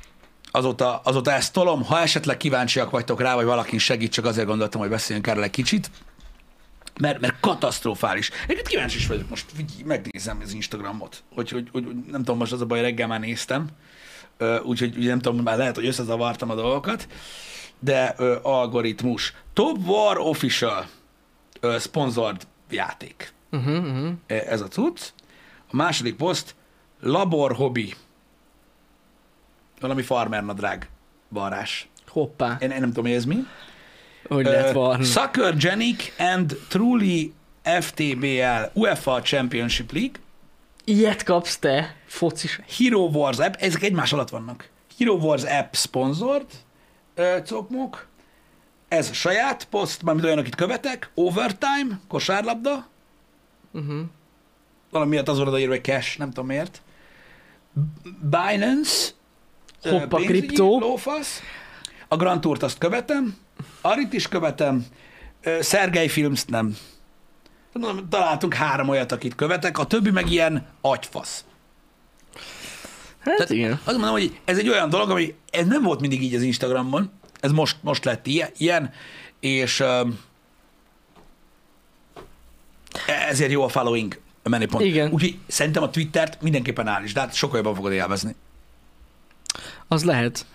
azóta ezt tolom. Ha esetleg kíváncsiak vagytok rá, vagy valakin segít, csak azért gondoltam, hogy beszéljünk erről egy kicsit. Mert katasztrofális. Egyébként kíváncsi is vagyok, most megnézem az Instagramot, hogy nem tudom, most az a baj, reggel már néztem, úgyhogy nem tudom, már lehet, hogy összezavartam a dolgokat, de algoritmus. Top War Official sponsored játék. Ez a cucc. A második poszt Labor Hobby. Valami farmernadrág varrás. Hoppá. Én nem tudom, hogy ez mi. Hogy lehet varni. Soccer Genic and Truly FTBL UEFA Championship League. Ilyet kapsz te, focis. Hero Wars App, ezek egymás alatt vannak. Hero Wars App sponsored cokmok. Ez saját poszt, mármint olyan, akit követek. Overtime, kosárlabda. Valami miatt az oda írva, hogy cash, nem tudom miért. Binance. Hoppa, kriptó. Lófasz. A Grand Tourt azt követem. Arit is követem. Szergej Films nem. Találtunk 3 olyat, akit követek, a többi meg ilyen agyfasz. Hát tehát igen. Azt mondom, hogy ez egy olyan dolog, ami ez nem volt mindig így az Instagramon, ez most lett ilyen, és ezért jó a following menüpont. Igen. Úgyhogy szerintem a Twittert mindenképpen állítsd, de hát sokkal jobban fogod élvezni. Az lehet.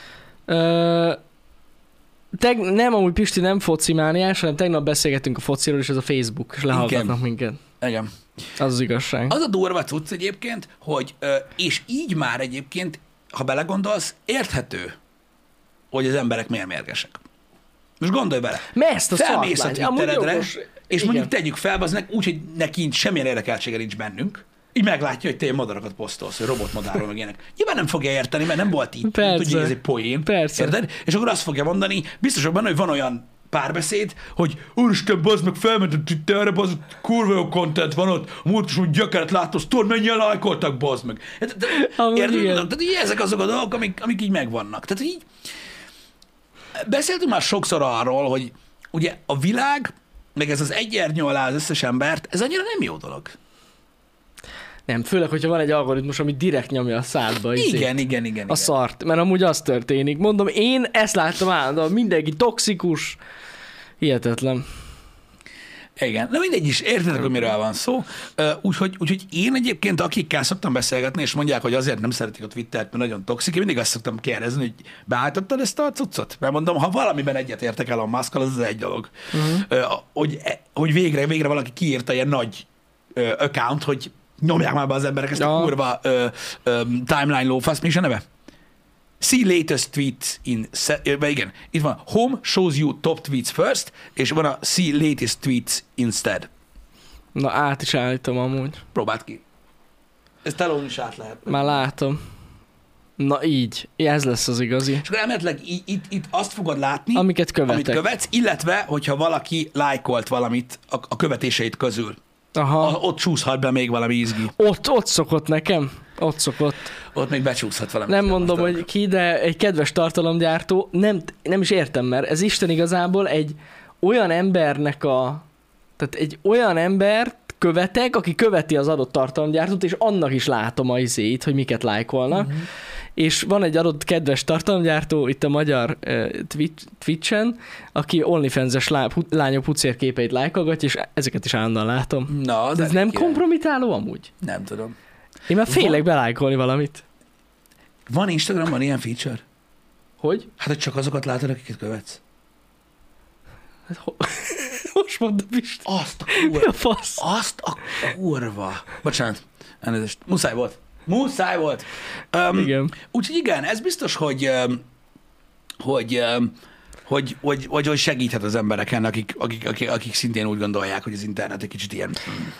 Nem, amúgy Pisti nem focimániás, hanem tegnap beszélgettünk a fociról, és ez a Facebook, és lehallgatnak minket. Igen. Az az igazság. Az a durva cucc egyébként, hogy, és így már egyébként, ha belegondolsz, érthető, hogy az emberek miért mérgesek. Most gondolj bele. Mert ezt a felmész a szart Twitteredre, és igen. mondjuk tegyük fel, az úgy, hogy neki semmilyen érdekeltsége nincs bennünk, így meglátja, hogy te ilyen madarakat posztolsz, hogy robotmadárról meg ilyenek. Nyilván nem fogja érteni, mert nem volt így. Persze. Tudja, ez egy poén. Persze. Érted? És akkor azt fogja mondani, biztosak benne, hogy van olyan párbeszéd, hogy úristen, bazd meg, felment a Twitterre, bazd, kurva jó content van ott, múlt is, hogy gyökeret látod, tudod, mennyien lájkoltak, bazd meg. Érted? Tehát így ezek azok a dolgok, amik így megvannak. Tehát így beszéltünk már sokszor arról, hogy ugye a világ, meg ez az egyernyő alá az összes embert, ez annyira nem jó dolog. Nem, főleg, hogyha van egy algoritmus, ami direkt nyomja a szádba. Igen. A szart, mert amúgy az történik. Mondom, én ezt láttam állandóan, mindenki toxikus, hihetetlen. Igen, na mindegy is, értedek, hogy miről van szó. Úgyhogy én egyébként, akikkel szoktam beszélgetni, és mondják, hogy azért nem szeretik a Twittert, mert nagyon toxik, én mindig azt szoktam kérdezni, hogy beállítottad ezt a cuccot? Mert mondom, ha valamiben egyet értek el a Muskkal, az egy dolog. Hogy végre valaki kiírta ilyen nagy account, hogy nyomják már be az emberek ezt a kurva timeline lófasz, mi is a neve? See latest tweets in... Igen, itt van Home shows you top tweets first, és van a See latest tweets instead. Na, át is állítom amúgy. Próbáld ki. Ez telón is át lehet. Már látom. Na így, ez lesz az igazi. És akkor elméletileg itt azt fogod látni, amiket követek. amit követsz, illetve, hogyha valaki lájkolt valamit a követéseit közül. Aha. Ott csúszhat be még valami izgi. Ott szokott nekem. Ott szokott. Ott még becsúszhat valami. Nem mondom, hogy ki, de egy kedves tartalomgyártó, nem is értem, mert ez Isten igazából egy olyan embernek tehát egy olyan embert követek, aki követi az adott tartalomgyártót, és annak is látom a izét, hogy miket lájkolnak. Uh-huh. És van egy adott kedves tartalomgyártó itt a magyar Twitch-en, aki OnlyFans-es lányok pucérképeit lájkolgatja, és ezeket is állandóan látom. Na, de ez nem kompromitáló amúgy? Nem tudom. Én már félek belájkolni valamit. Van Instagramon ilyen feature? Hogy? Hát, hogy csak azokat látod, akiket követsz. Hát, most mondom Pisti. Azt a kurva. Mi a fasz? Azt a kurva. Bocsánat, elnézést. Muszáj volt. Igen. Úgyhogy igen, ez biztos, hogy segíthet az embereken, akik szintén úgy gondolják, hogy az internet egy kicsit ilyen...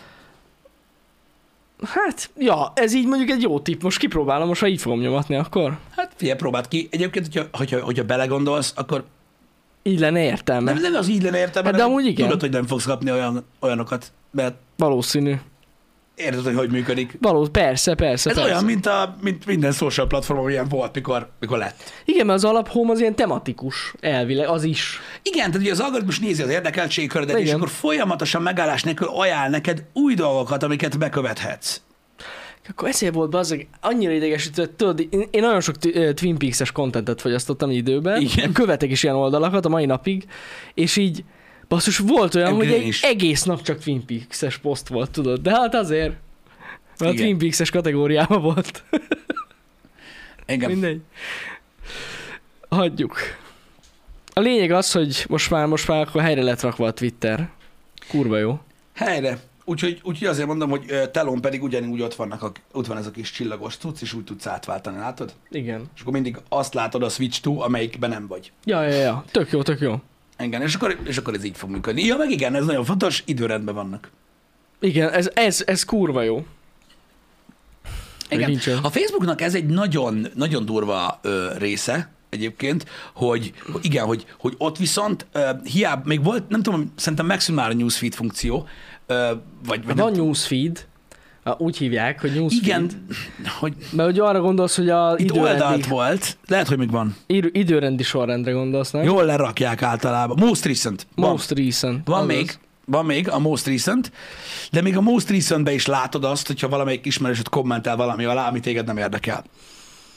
Hát, ja, ez így mondjuk egy jó tipp. Most kipróbálom, most ha így fogom nyomatni, akkor... Hát figyelj, próbáld ki. Egyébként, hogyha belegondolsz, akkor... Így lenne értelme. Nem az így lenne értelme, hát de amúgy igen. Tudod, hogy nem fogsz kapni olyanokat, mert... Valószínű. Érted, hogy működik. Persze. Ez olyan, mint minden social platform, ilyen volt, mikor lett. Igen, mert az alaphome az ilyen tematikus elvileg, az is. Igen, tehát ugye az algoritmus nézi az érdekeltségkörödet, és akkor folyamatosan megállás nélkül ajánl neked új dolgokat, amiket bekövethetsz. Akkor ezért volt bazzeg, annyira idegesített, tudod, én nagyon sok Twin Peaks-es contentet fogyasztottam időben, igen. Követek is ilyen oldalakat a mai napig, és így basszus, volt olyan, hogy egy egész nap csak Twin Peaks-es poszt volt, tudod, de hát azért, mert a Twin Peaks-es kategóriában volt. Igen. Mindegy. Hagyjuk. A lényeg az, hogy most már akkor helyre lett rakva a Twitter. Kurva jó. Helyre. Úgyhogy azért mondom, hogy telón pedig ugyanúgy ott van ez a kis csillagos cucc, és úgy tudsz átváltani, látod? Igen. És akkor mindig azt látod a Switch to, amelyikben nem vagy. Ja. Tök jó. Igen, és akkor ez így fog működni. Ja, meg igen, ez nagyon fontos, időrendben vannak. Igen, ez kurva jó. Igen. A Facebooknak ez egy nagyon, nagyon durva része egyébként, hogy ott viszont hiába, még volt, nem tudom, szerintem megszűnt már a newsfeed funkció, vagy van newsfeed, úgy hívják, hogy newsfeed. Igen, mert hogy arra gondolsz, hogy a itt oldalt volt, lehet, hogy még van. Időrendi sorrendre gondolsz, nem? Jól lerakják általában. Most recent. Van még a most recent, de még a most recentben is látod azt, hogyha valamelyik ismerősöd kommentel valami alá, ami téged nem érdekel.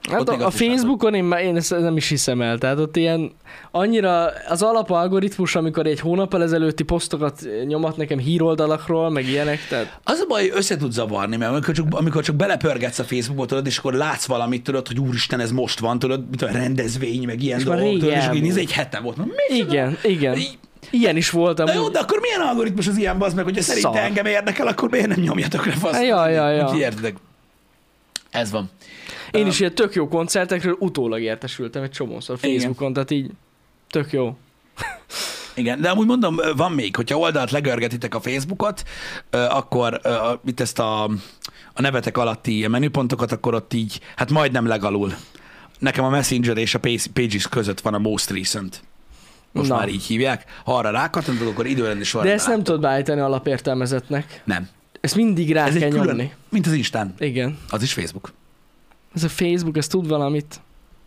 Hát a Facebookon én ezt nem is hiszem el, tehát ott ilyen annyira az alapalgoritmus, amikor egy hónappal ezelőtti posztokat nyomat nekem híroldalakról, meg ilyenek, tehát... Az a baj, össze tud zavarni, mert amikor csak belepörgetsz a Facebookot, tudod, és akkor látsz valamit, tudod, hogy úristen, ez most van, tudod, mit a rendezvény, meg ilyen dolgok, tudod, és akkor így egy hete volt. Igen. Ilyen is voltam. Na jó, de akkor milyen algoritmus az ilyen, bazd meg, hogyha szerint engem érdekel, akkor miért nem nyomjatok le, fasz? Ja. Úgyhogy értedek. Ez van. Én is ilyen tök jó koncertekről utólag értesültem egy csomószor Facebookon, tehát így tök jó. Igen, de amúgy mondom, van még, hogyha oldalt legörgetitek a Facebookot, akkor itt ezt a nevetek alatti menüpontokat, akkor ott így, hát majdnem legalul. Nekem a Messenger és a Pages között van a Most Recent. Most már így hívják. Ha arra rákattantok, akkor időrendi sorban. De ezt nem tudod beállítani alapértelmezetnek. Nem. Ezt mindig rá ez kell külön, nyomni. Mint az Instán. Igen. Az is Facebook. Ez a Facebook, ez tud valamit.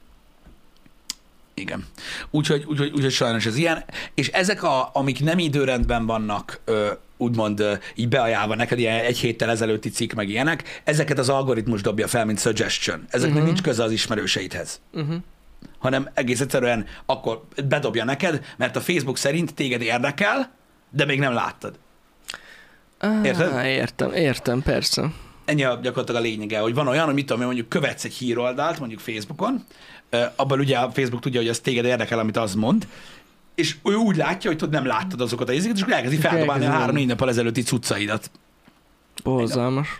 Igen. Úgyhogy sajnos ez ilyen. És ezek, amik nem időrendben vannak, úgymond így beajánlva neked, ilyen egy héttel ezelőtti cikk, meg ilyenek, ezeket az algoritmus dobja fel, mint suggestion. Ezeknek nincs köze az ismerőseidhez. Hanem egész egyszerűen akkor bedobja neked, mert a Facebook szerint téged érdekel, de még nem láttad. Érted? Értem, persze. Ennyi gyakorlatilag a lényege, hogy van olyan, hogy mit tudom, mondjuk követsz egy híroldalt, mondjuk Facebookon, abban ugye a Facebook tudja, hogy az téged érdekel, amit az mond, és ő úgy látja, hogy tudod, nem láttad azokat a izéket, és akkor elkezdi feldobálni a 3-4 nappal ezelőtti cuccaidat. Borzalmas.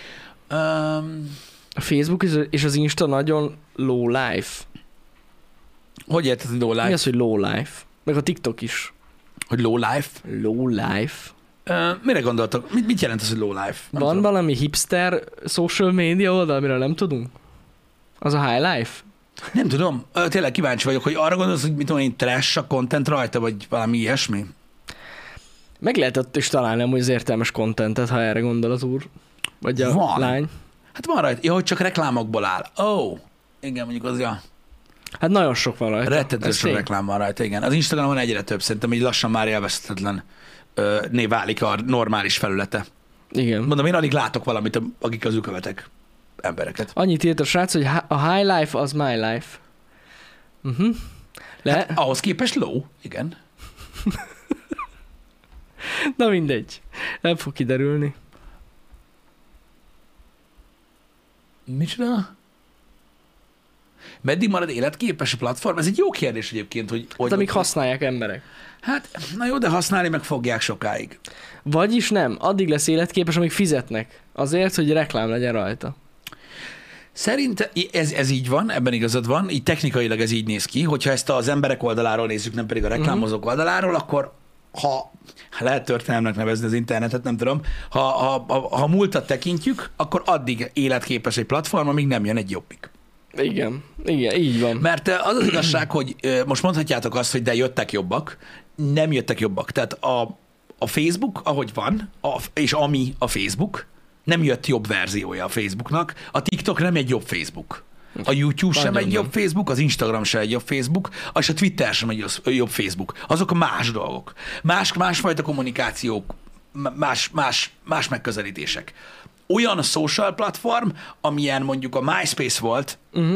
A Facebook és az Insta nagyon low life. Hogy érted, hogy low life? Mi az, hogy low life? Meg a TikTok is. Hogy low life? Low life. Mire gondoltok? Mit jelent az, hogy low life? Nem van tudom. Valami hipster social media oldal, amire nem tudunk? Az a high life? Nem tudom. Tényleg kíváncsi vagyok, hogy arra gondolsz, hogy mit tudom én, trash a content rajta, vagy valami ilyesmi? Meg lehetett is találni amúgy az értelmes contentet, ha erre gondol az úr. Vagy a van. lány. Hát van rajta. Ja, hogy csak reklámokból áll. Igen, mondjuk az, ja. Hát nagyon sok van rajta. Rettető sok reklám van rajta, igen. Az Instagramon egyre több, szerintem így lassan már élvezhetetlen válik a normális felülete. Igen. Mondom, én alig látok valamit, akik közül követek embereket. Annyit írt a srác, hogy a high life az my life. Hát, ahhoz képest low, igen. Na mindegy. Nem fog kiderülni. Micsoda? Meddig marad életképes a platform? Ez egy jó kérdés egyébként, hogy... Hát amíg használják emberek. Hát, na jó, de használni meg fogják sokáig. Vagyis nem. Addig lesz életképes, amíg fizetnek. Azért, hogy reklám legyen rajta. Szerintem ez így van, ebben igazad van, így technikailag ez így néz ki, hogyha ezt az emberek oldaláról nézzük, nem pedig a reklámozók oldaláról, akkor ha lehet történelmnek nevezni az internetet, nem tudom, ha múltat tekintjük, akkor addig életképes egy platform, amíg nem jön egy jobbik. Igen, így van. Mert az az igazság, hogy most mondhatjátok azt, hogy de jöttek jobbak, nem jöttek jobbak. Tehát a Facebook, ahogy van, és ami a Facebook, nem jött jobb verziója a Facebooknak. A TikTok nem egy jobb Facebook. A YouTube sem egy jobb Facebook, az Instagram sem egy jobb Facebook, és a Twitter sem egy jobb Facebook. Azok más dolgok. Másfajta kommunikációk, más megközelítések. Olyan a social platform, amilyen mondjuk a MySpace volt,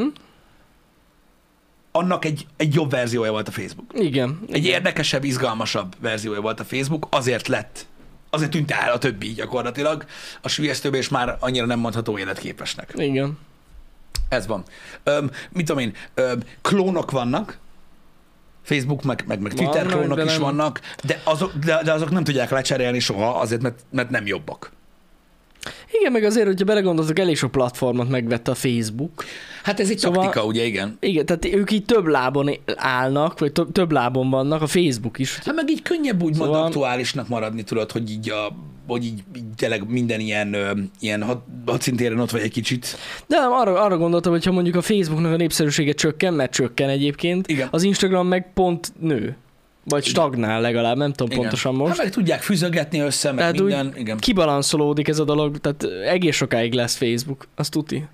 annak egy jobb verziója volt a Facebook. Igen. Egy érdekesebb, izgalmasabb verziója volt a Facebook, azért tűnt el a többi gyakorlatilag. A sülyeztőbe és már annyira nem mondható életképesnek. Igen. Ez van. Mit tudom én, klónok vannak, Facebook, meg Twitter klónok is vannak, de azok nem tudják lecserélni soha azért, mert nem jobbak. Igen, meg azért, hogyha belegondoltok, elég sok platformot megvette a Facebook. Hát ez egy taktika, ugye, igen. Igen, tehát ők így több lábon állnak, vagy több lábon vannak, a Facebook is. Hát meg így könnyebb úgymond aktuálisnak maradni, tudod, hogy így tényleg minden ilyen hadszintéren ott vagy egy kicsit. De nem, arra gondoltam, hogy ha mondjuk a Facebooknak a népszerűsége csökken, mert csökken egyébként, igen. Az Instagram meg pont nő. Vagy stagnál legalább, nem tudom pontosan most. Hát meg tudják füzögetni össze, meg tehát minden. Igen. Kibalanszolódik ez a dolog, tehát egész sokáig lesz Facebook, azt tuti.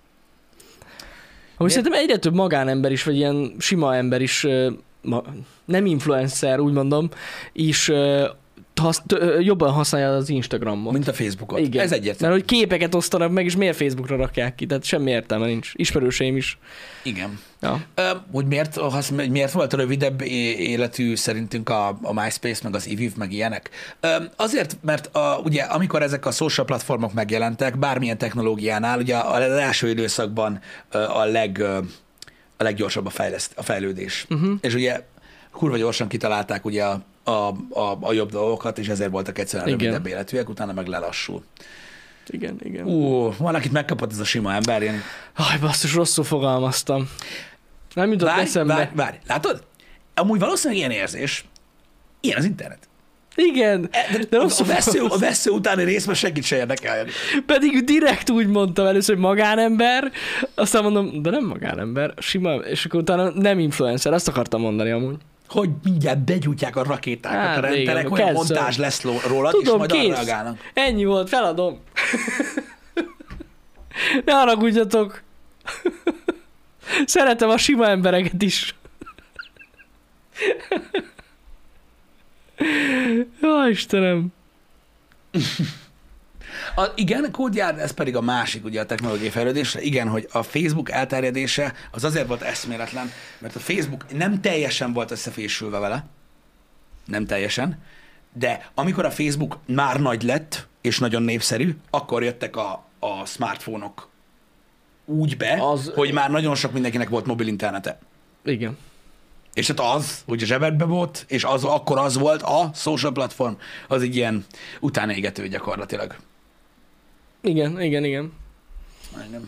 Amúgy szerintem egyre több magánember is, vagy ilyen sima ember is, nem influencer, úgy mondom, is jobban használja az Instagramot. Mint a Facebookot. Igen. Ez egyértelmű. Mert hogy képeket osztanak meg, és miért Facebookra rakják ki? Tehát semmi értelme nincs. Ismerőseim is. Igen. Ja. Hogy miért volt rövidebb életű szerintünk a MySpace, meg az Eviv, meg ilyenek? Azért, mert ugye amikor ezek a social platformok megjelentek, bármilyen technológiánál, ugye az első időszakban a leggyorsabb a fejlődés. És ugye kurva gyorsan kitalálták ugye a jobb dolgokat, és ezért voltak egyszerűen rövidebb életűek, utána meg lelassul. Igen. Van, akit megkapott ez a sima ember. Ilyen... Aj, basszus, rosszul fogalmaztam. Nem jutott eszembe. Várj, látod? Amúgy valószínűleg ilyen érzés. Ilyen az internet. Igen, de rosszul a vesző utáni részben senkit se érdekel. Pedig direkt úgy mondtam először, hogy magánember, aztán mondom, de nem magánember, sima, és akkor utána nem influencer, azt akartam mondani amúgy. Hogy mindjárt begyújtják a rakétákat Hát, a rendelek, olyan montázs lesz rólad, tudom, és majd kész. arra reagálnak. Ennyi volt, feladom. Ne haragudjatok. Szeretem a sima embereket is. Jó, Istenem. Igen, kódjár, ez pedig a másik, ugye a technológiai fejlődésre. Igen, hogy a Facebook elterjedése az azért volt eszméletlen, mert a Facebook nem teljesen volt összefésülve vele. Nem teljesen. De amikor a Facebook már nagy lett, és nagyon népszerű, akkor jöttek a smartphone-ok úgy be, hogy már nagyon sok mindenkinek volt mobil internete. Igen. És hát az, hogy a zsebedbe volt, és akkor az volt a social platform, az egy ilyen utánégető gyakorlatilag. Igen. Nem.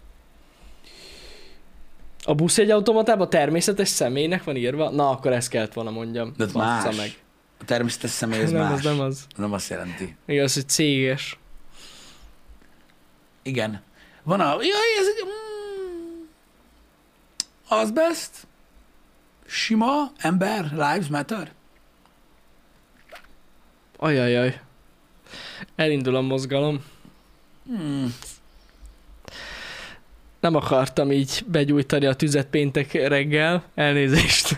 A buszjegyautomatában természetes személynek van írva? Na, akkor ezt kellett volna mondjam. De más. Meg. A természetes személy ez nem, más. Az nem az. Nem azt jelenti. Igen, az, hogy céges. Igen. Van ez egy... Azbest? Sima? Ember? Lives Matter? Ajajaj. Elindul a mozgalom. Nem akartam így begyújtani a tüzet péntek reggel. Elnézést.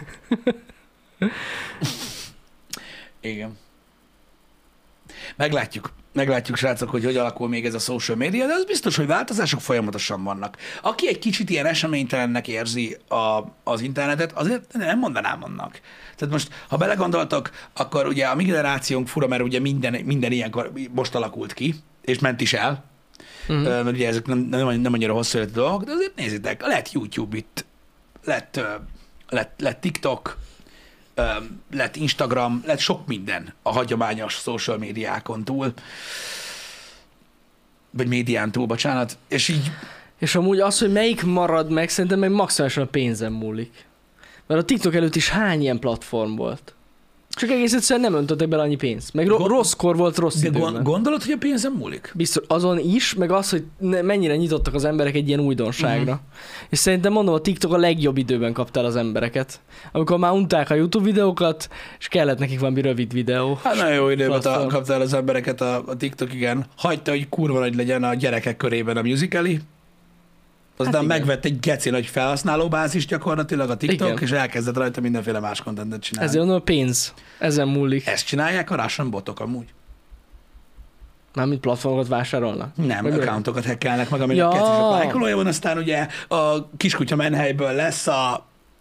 Igen. Meglátjuk, srácok, hogy alakul még ez a social media, de az biztos, hogy változások folyamatosan vannak. Aki egy kicsit ilyen eseménytelennek érzi az internetet, azért nem mondanám annak. Tehát most, ha belegondoltak, akkor ugye a mi generációnk fura, mert ugye minden ilyenkor most alakult ki, és ment is el, mert ugye ezek nem annyira hosszú életű dolgok, de azért nézzétek, lett YouTube itt, lett TikTok, lett Instagram, lett sok minden a hagyományos social médiákon túl, vagy médián túl, bocsánat, és így... És amúgy az, hogy melyik marad meg, szerintem meg maximálisan a pénzem múlik. Mert a TikTok előtt is hány ilyen platform volt? Csak egész egyszerűen nem öntöttek bele annyi pénzt. Meg rosszkor volt rossz időben. De gondolod, hogy a pénzem múlik? Biztos, azon is, meg az, hogy mennyire nyitottak az emberek egy ilyen újdonságra. És szerintem mondom, a TikTok a legjobb időben kapta el az embereket. Amikor már unták a YouTube videókat, és kellett nekik valami rövid videó. Hát nagyon jó időben kapta el az embereket a TikTok, igen. Hagyta, hogy kurva nagy legyen a gyerekek körében a Musical.ly. Aztán megvett egy geci nagy felhasználóbázis gyakorlatilag a TikTok, igen. És elkezdett rajta mindenféle más kontentet csinálni. Ezért mondom, a pénz. Ezen múlik. Ezt csinálják a Russian botok amúgy. Mármint platformokat vásárolnak? Nem, accountokat hackelnek meg, aminek keci sok lájkolója van, aztán ugye a kiskutya menhelyből lesz a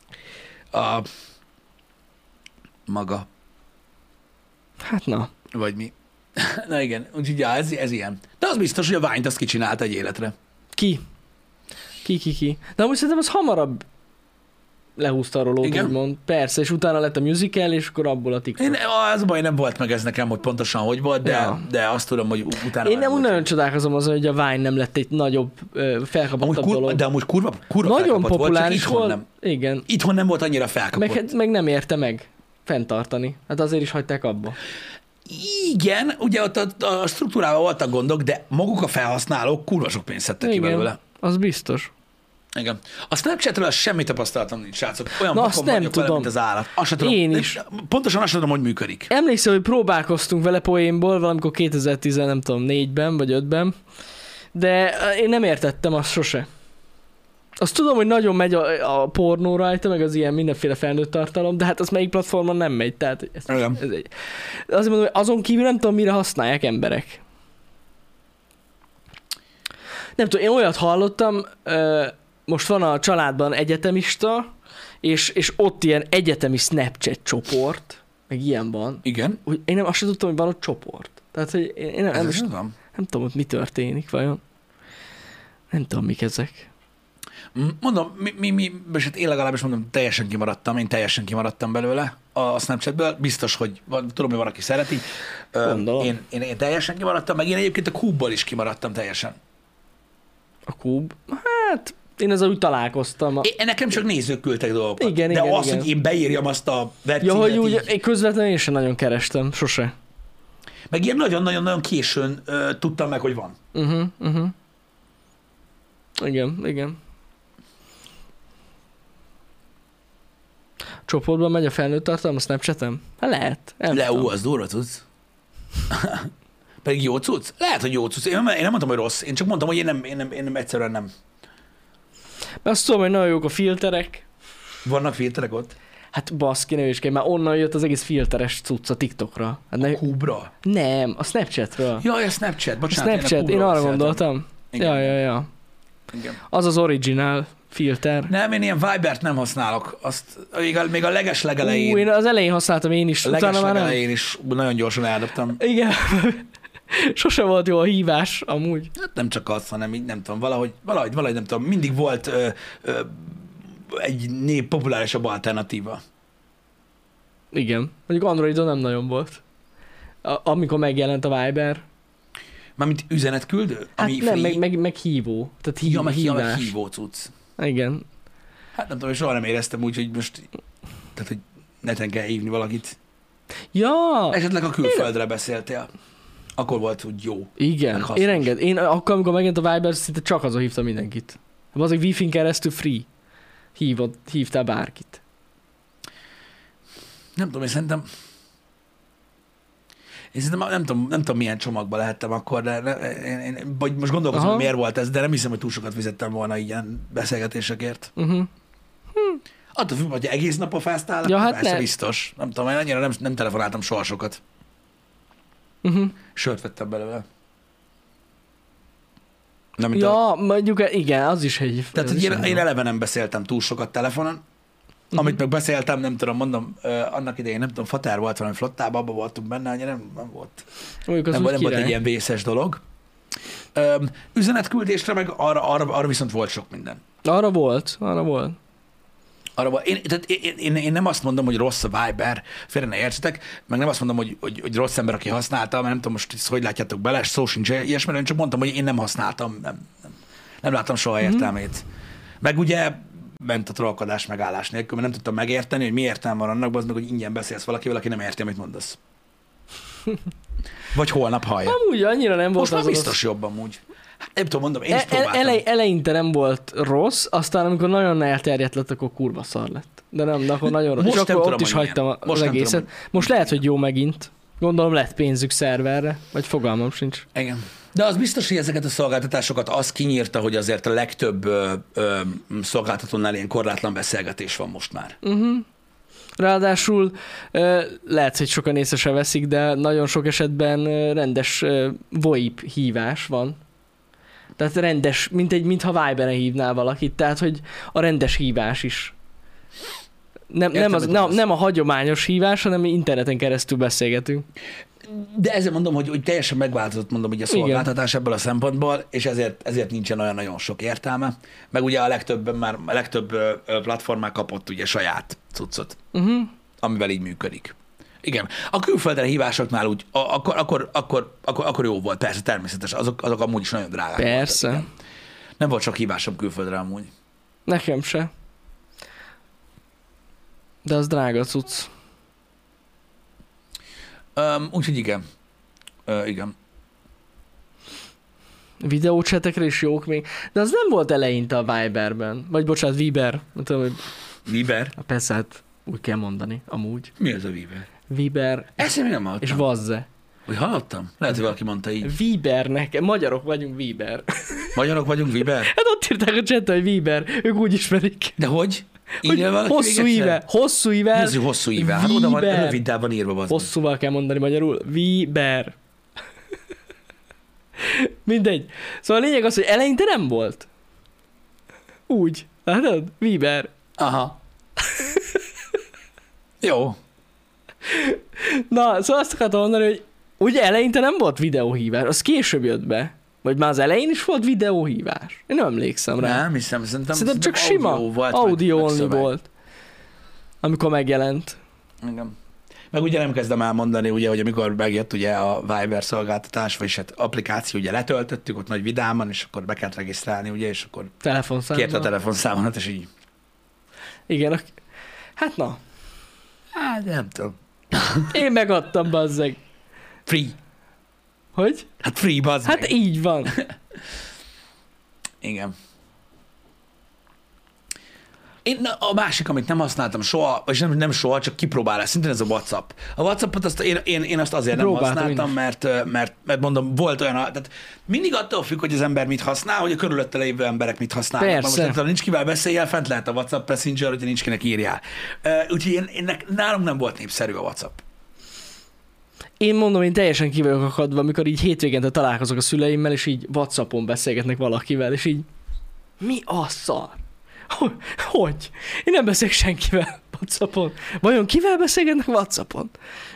maga. Hát na. Vagy mi. Na igen, úgyhogy ja, ez ilyen. De az biztos, hogy a Vine-t azt kicsinálta egy életre. Ki? De amúgy szerintem az hamarabb lehúzta a rolót, úgymond. Persze, és utána lett a musical, és akkor abból a TikTok. Az baj, nem volt meg ez nekem, hogy pontosan hogy volt, de azt tudom, hogy utána... Én nem úgy nagyon csodálkozom azon, hogy a Vine nem lett egy nagyobb, felkapottabb dolog. De amúgy kurva nagyon populáris volt, csak igen. Itthon nem volt annyira felkapott. Meg nem érte meg fenntartani. Hát azért is hagyták abba. Igen, ugye ott a struktúrával voltak gondok, de maguk a felhasználók kurva sok pénzt szedtek ki belőle. Az biztos. Igen. A Snapchatről semmi tapasztalatom nincs, srácok. Olyan vakon vagyok vele, mint az állat. Én is. Pontosan azt tudom, hogy működik. Emlékszem, hogy próbálkoztunk vele poénból valamikor 2014-ben vagy 5-ben, de én nem értettem azt sose. Azt tudom, hogy nagyon megy a pornó rajta, meg az ilyen mindenféle felnőtt tartalom, de hát az melyik platformon nem megy. Tehát azért mondom, hogy azon kívül nem tudom, mire használják emberek. Nem tudom, én olyat hallottam, most van a családban egyetemista, és ott ilyen egyetemi Snapchat csoport, meg ilyen van. Igen. Én nem azt sem tudtam, hogy van ott csoport. Tehát, hogy én nem tudom, hogy mi történik vajon. Nem tudom, mik ezek. Mondom, és hát én legalábbis mondom, én teljesen kimaradtam belőle a Snapchatből. Biztos, hogy tudom, hogy van, aki szereti. Én teljesen kimaradtam, meg én egyébként a Cube-ból is kimaradtam teljesen. A Cube? Hát, én ezzel úgy találkoztam. Nekem csak nézők küldtek dolgokat. Igen, de igen, az, igen. hogy én beírjam azt a webcímet. Ja, hogy úgy, én közvetlenül én sem nagyon kerestem, sose. Meg ilyen nagyon-nagyon-nagyon későn tudtam meg, hogy van. Igen. Csoportban megy a felnőtt tartalom a Snapchatem? Hát lehet. Az durva tudsz. Pedig jó cucc? Lehet, hogy jó cucc. Én nem mondtam, hogy rossz. Én csak mondtam, hogy én nem egyszerűen nem. Mert azt tudom, hogy nagyon jók a filterek. Vannak filterek ott? Hát baszki, ne is kell, már onnan jött az egész filteres cucc a TikTokra. Hát a Cube-ra? Nem, a Snapchatről. Jaj, a Snapchat, bocsánat. Snapchat, én arra gondoltam. Ja. Igen. Az original filter. Nem, én ilyen Vibert nem használok. Azt még a leges legelején. Én az elején használtam én is. A leges legelején is nagyon gyorsan eldobtam. Igen. Sose volt jó a hívás, amúgy. Hát nem csak az, hanem így nem tudom, valahogy nem tudom, mindig volt egy populárisabb alternatíva. Igen. Mondjuk Androidon nem nagyon volt. Amikor megjelent a Viber. Mármint üzenetküldő? Ami hát nem, meg hívó. Tehát meg hívó cucc. Igen. Hát nem tudom, soha nem éreztem úgy, hogy most tehát, hogy neten kell hívni valakit. Ja! Esetleg a külföldre beszéltél. Akkor volt úgy jó. Igen. Én akkor, amikor megjelent a Viber, szinte csak azon hívtam mindenkit. Az egy Wi-Fi-n keresztül free. Hívtál bárkit. Nem tudom, én szerintem nem tudom milyen csomagba lehettem akkor, de vagy most gondolkozom, hogy miért volt ez, de nem hiszem, hogy túl sokat fizettem volna ilyen beszélgetésekért. Attól függ, hogy egész nap fáztál, ja, hát persze biztos. Nem tudom, én annyira nem telefonáltam soha sokat. Sört vettem belőle. mondjuk igen, az is egy... Tehát, hogy én eleve nem beszéltem túl sokat telefonon. Amit meg beszéltem, nem tudom, mondom, annak idején, nem tudom, Fatár volt valami flottában, abban voltunk benne, annyira nem volt. Nem volt egy ilyen vészes dolog. Üzenetküldésre meg arra viszont volt sok minden. Arra volt. Én nem azt mondom, hogy rossz a Viber, félre ne értsetek, meg nem azt mondom, hogy rossz ember, aki használta, mert nem tudom most, hogy látjátok bele, szó sincs ilyesmire, én csak mondtam, hogy én nem használtam, nem láttam soha értelmét. Meg ugye ment a trollkodás megállás nélkül, mert nem tudtam megérteni, hogy mi értelme van annak, az meg, hogy ingyen beszélsz valakivel, aki nem érti, amit mondasz. Vagy holnap hallja. Amúgy annyira nem volt. Most már biztos jobb amúgy. Hát, nem tudom, mondom, én is próbáltam. Eleinte nem volt rossz, aztán amikor nagyon elterjedt lett, akkor kurva szar lett. De nem, de akkor nagyon rossz. Most és akkor tudom, ott is hagytam az egészet. Tudom, most lehet, hogy jó megint. Gondolom lett pénzük szerverre, vagy fogalmam sincs. Igen. De az biztos, hogy ezeket a szolgáltatásokat az kinyírta, hogy azért a legtöbb szolgáltatónál ilyen korlátlan beszélgetés van most már. Ráadásul lehet, hogy sokan észre se veszik, de nagyon sok esetben rendes VoIP hívás van. Tehát rendes, mintha Viberen hívnál valakit, tehát hogy a rendes hívás is. Nem a hagyományos hívás, hanem interneten keresztül beszélgetünk. De ezzel mondom, hogy teljesen megváltozott, mondom, hogy a szolgáltatás ebből a szempontból, és ezért nincsen olyan nagyon sok értelme. Meg ugye a legtöbb platform már kapott ugye saját cuccot, amivel így működik. Igen. A külföldre hívásoknál úgy, akkor jó volt, persze, természetes. Azok amúgy is nagyon drágák. Persze. Voltak, nem volt sok hívásom külföldre amúgy. Nekem se. De az drága cucc. Úgyhogy igen. Igen. Videócsetekre is jók még. De az nem volt eleinte a Viberben. Vagy bocsánat, Viber. Viber? Persze, hát úgy kell mondani, amúgy. Mi az a Viber? Viber. Ezt én még nem hallottam. És Vazze. Hogy hallottam? Lehet, hogy valaki mondta így. Vibernek. Magyarok vagyunk, Viber. Magyarok vagyunk, Viber? Hát ott írták a chatben, hogy Viber. Ők úgy ismerik. De hogy? Hogy hosszú ível. Hosszú ível. Mi az, hogy hosszú ível? Hát oda van, röviddel van írva. Hosszúval kell mondani magyarul. Viber. Mindegy. Szóval a lényeg az, hogy eleinte nem volt. Úgy. Látod? Viber. Aha. Jó. Na, szóval azt akartam mondani, hogy ugye eleinte nem volt videóhívás, az később jött be. Vagy már az elején is volt videóhívás. Én nem emlékszem rá. Nem hiszem, szerintem csak sima audio only volt. Amikor megjelent. Igen. Meg ugye nem kezdem elmondani, ugye, hogy amikor megjött ugye a Viber szolgáltatás, vagy hát applikáció, ugye letöltöttük ott nagy vidáman, és akkor be kellett regisztrálni, ugye, és akkor kérte a telefonszámomat, és így. Igen, hát na. Hát nem tudom. Én megadtam, bazzeg. Free. Hogy? Hát free, bazzeg. Hát így van. Igen. A másik, amit nem használtam soha, vagy nem soha, csak kipróbálás, szintén ez a WhatsApp. A WhatsAppot azt én azt azért nem használtam, mert mondom, volt olyan, tehát mindig attól függ, hogy az ember mit használ, hogy a körülötte lévő emberek mit használnak. Persze. Most, ha nincs kivel beszéljel, fent lehet a WhatsApp Messenger, hogyha nincs kinek írjál. Úgyhogy nálunk nem volt népszerű a WhatsApp. Én mondom, én teljesen ki vagyok akadva, amikor így hétvégente találkozok a szüleimmel, és így WhatsAppon beszélgetnek valakivel, és így mi a szar? Hogy? Én nem beszélek senkivel WhatsAppon. Vajon kivel beszélgetnek WhatsAppon?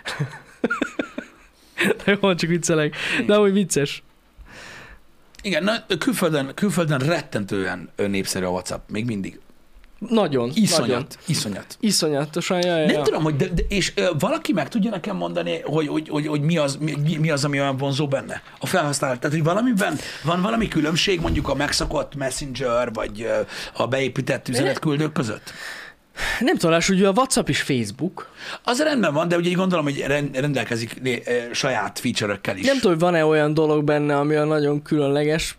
De jó, csak viccelek. De úgy vicces. Igen, külföldön rettentően népszerű a WhatsApp, még mindig. Nagyon. Iszonyat. Iszonyatosan, Nem tudom, hogy és valaki meg tudja nekem mondani, hogy mi az, ami olyan vonzó benne? A felhasználat. Tehát, hogy valamiben van valami különbség mondjuk a megszokott Messenger, vagy a beépített üzenetküldők között? Nem tudom, ugye a WhatsApp is Facebook. Az rendben van, de ugye így gondolom, hogy rendelkezik saját feature-ökkel is. Nem tudom, hogy van-e olyan dolog benne, ami a nagyon különleges.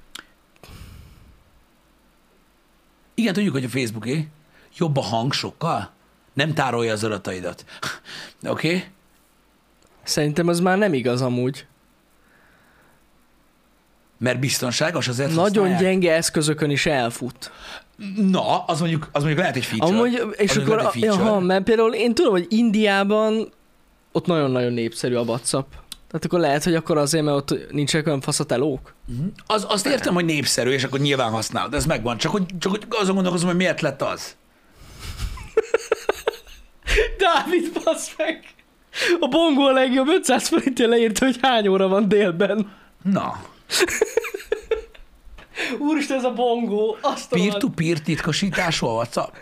Igen, tudjuk, hogy a Facebooké jobb a hang sokkal. Nem tárolja az adataidat. Oké? Okay? Szerintem ez már nem igaz amúgy. Mert biztonságos, azért nagyon használják. Gyenge eszközökön is elfut. Na, az mondjuk lehet egy feature. Amúgy, és az akkor, mert például én tudom, hogy Indiában ott nagyon-nagyon népszerű a WhatsApp. Tehát akkor lehet, hogy akkor azért, mert ott nincsenek olyan faszatelók? Azt értem, hogy népszerű, és akkor nyilván használod, ez megvan. Csak hogy azon gondolkozom, hogy miért lett az. Dávid, bassz meg! A Bongo a legjobb, 500 forintért leírta, hogy hány óra van délben. Na. Úristen, ez a Bongo, azt Peer-to-peer titkosítású a WhatsApp?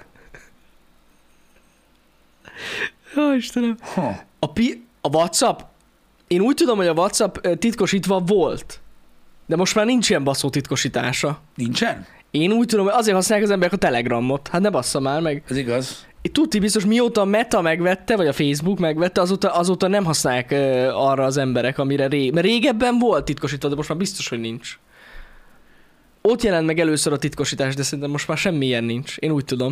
Jó, Istenem. A WhatsApp? Én úgy tudom, hogy a WhatsApp titkosítva volt. De most már nincs ilyen baszó titkosítása. Nincsen? Én úgy tudom, hogy azért használják az emberek a Telegramot. Hát ne bassza már meg. Ez igaz. Itt tudti biztos, mióta a Meta megvette, vagy a Facebook megvette, azóta nem használják arra az emberek, amire mert régebben volt titkosítva, de most már biztos, hogy nincs. Ott jelent meg először a titkosítás, de szerintem most már semmilyen nincs. Én úgy tudom.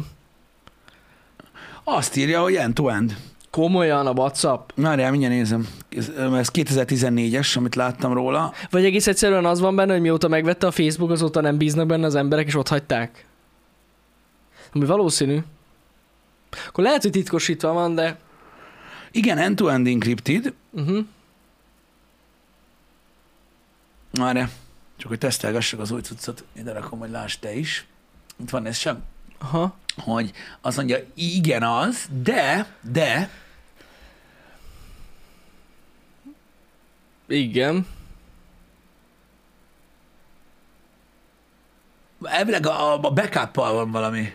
Azt írja, hogy end-to-end. Komolyan a WhatsApp? Várjál, mindjárt nézem. Ez 2014-es, amit láttam róla. Vagy egész egyszerűen az van benne, hogy mióta megvette a Facebook, azóta nem bíznak benne az emberek, és ott hagyták. Ami valószínű. Akkor lehet, hogy titkosítva van, de... Igen, end-to-end encrypted. Várjál. Csak hogy tesztelgessek az új cuccot, ide rakom, hogy láss te is. Itt van ez sem. Aha. Hogy azt mondja, igen az, de... Igen. Elvileg a backup-pal van valami.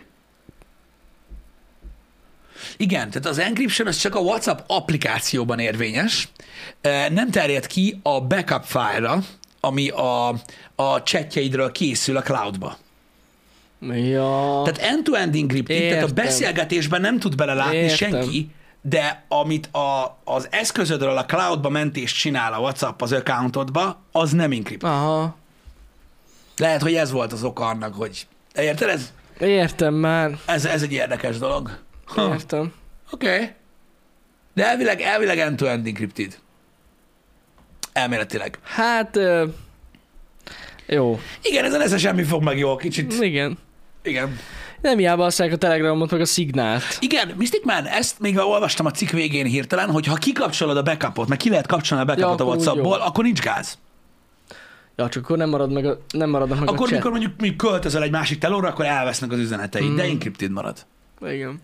Igen, tehát az encryption az csak a WhatsApp applikációban érvényes. Nem terjed ki a backup file-ra, ami a chatjeidről készül a cloudba. Ja. Tehát end-to-end encrypted, tehát a beszélgetésben nem tud belelátni senki, de amit az eszközödről a cloudba mentést csinál a WhatsApp az accountodba, az nem encrypted. Aha. Lehet, hogy ez volt az oka annak, hogy... Érted ez? Értem már. Ez egy érdekes dolog. Értem. Oké. De elvileg end-to-end encrypted. Elméletileg. Hát Jó. Igen, ezen ez semmi fog meg jól kicsit. Igen. Igen. Nem hiába használják a Telegramot, meg a Szignált. Igen, Mystic Man, ezt még olvastam a cikk végén hirtelen, hogy ha kikapcsolod a backupot, meg ki lehet kapcsolni a backupot a akkor úgy WhatsAppból, jó. akkor nincs gáz. Ja, csak akkor nem maradnak meg Akkor, a chat. mikor mondjuk költözöl egy másik telóra, akkor elvesznek az üzeneteid, de encrypted marad. Igen.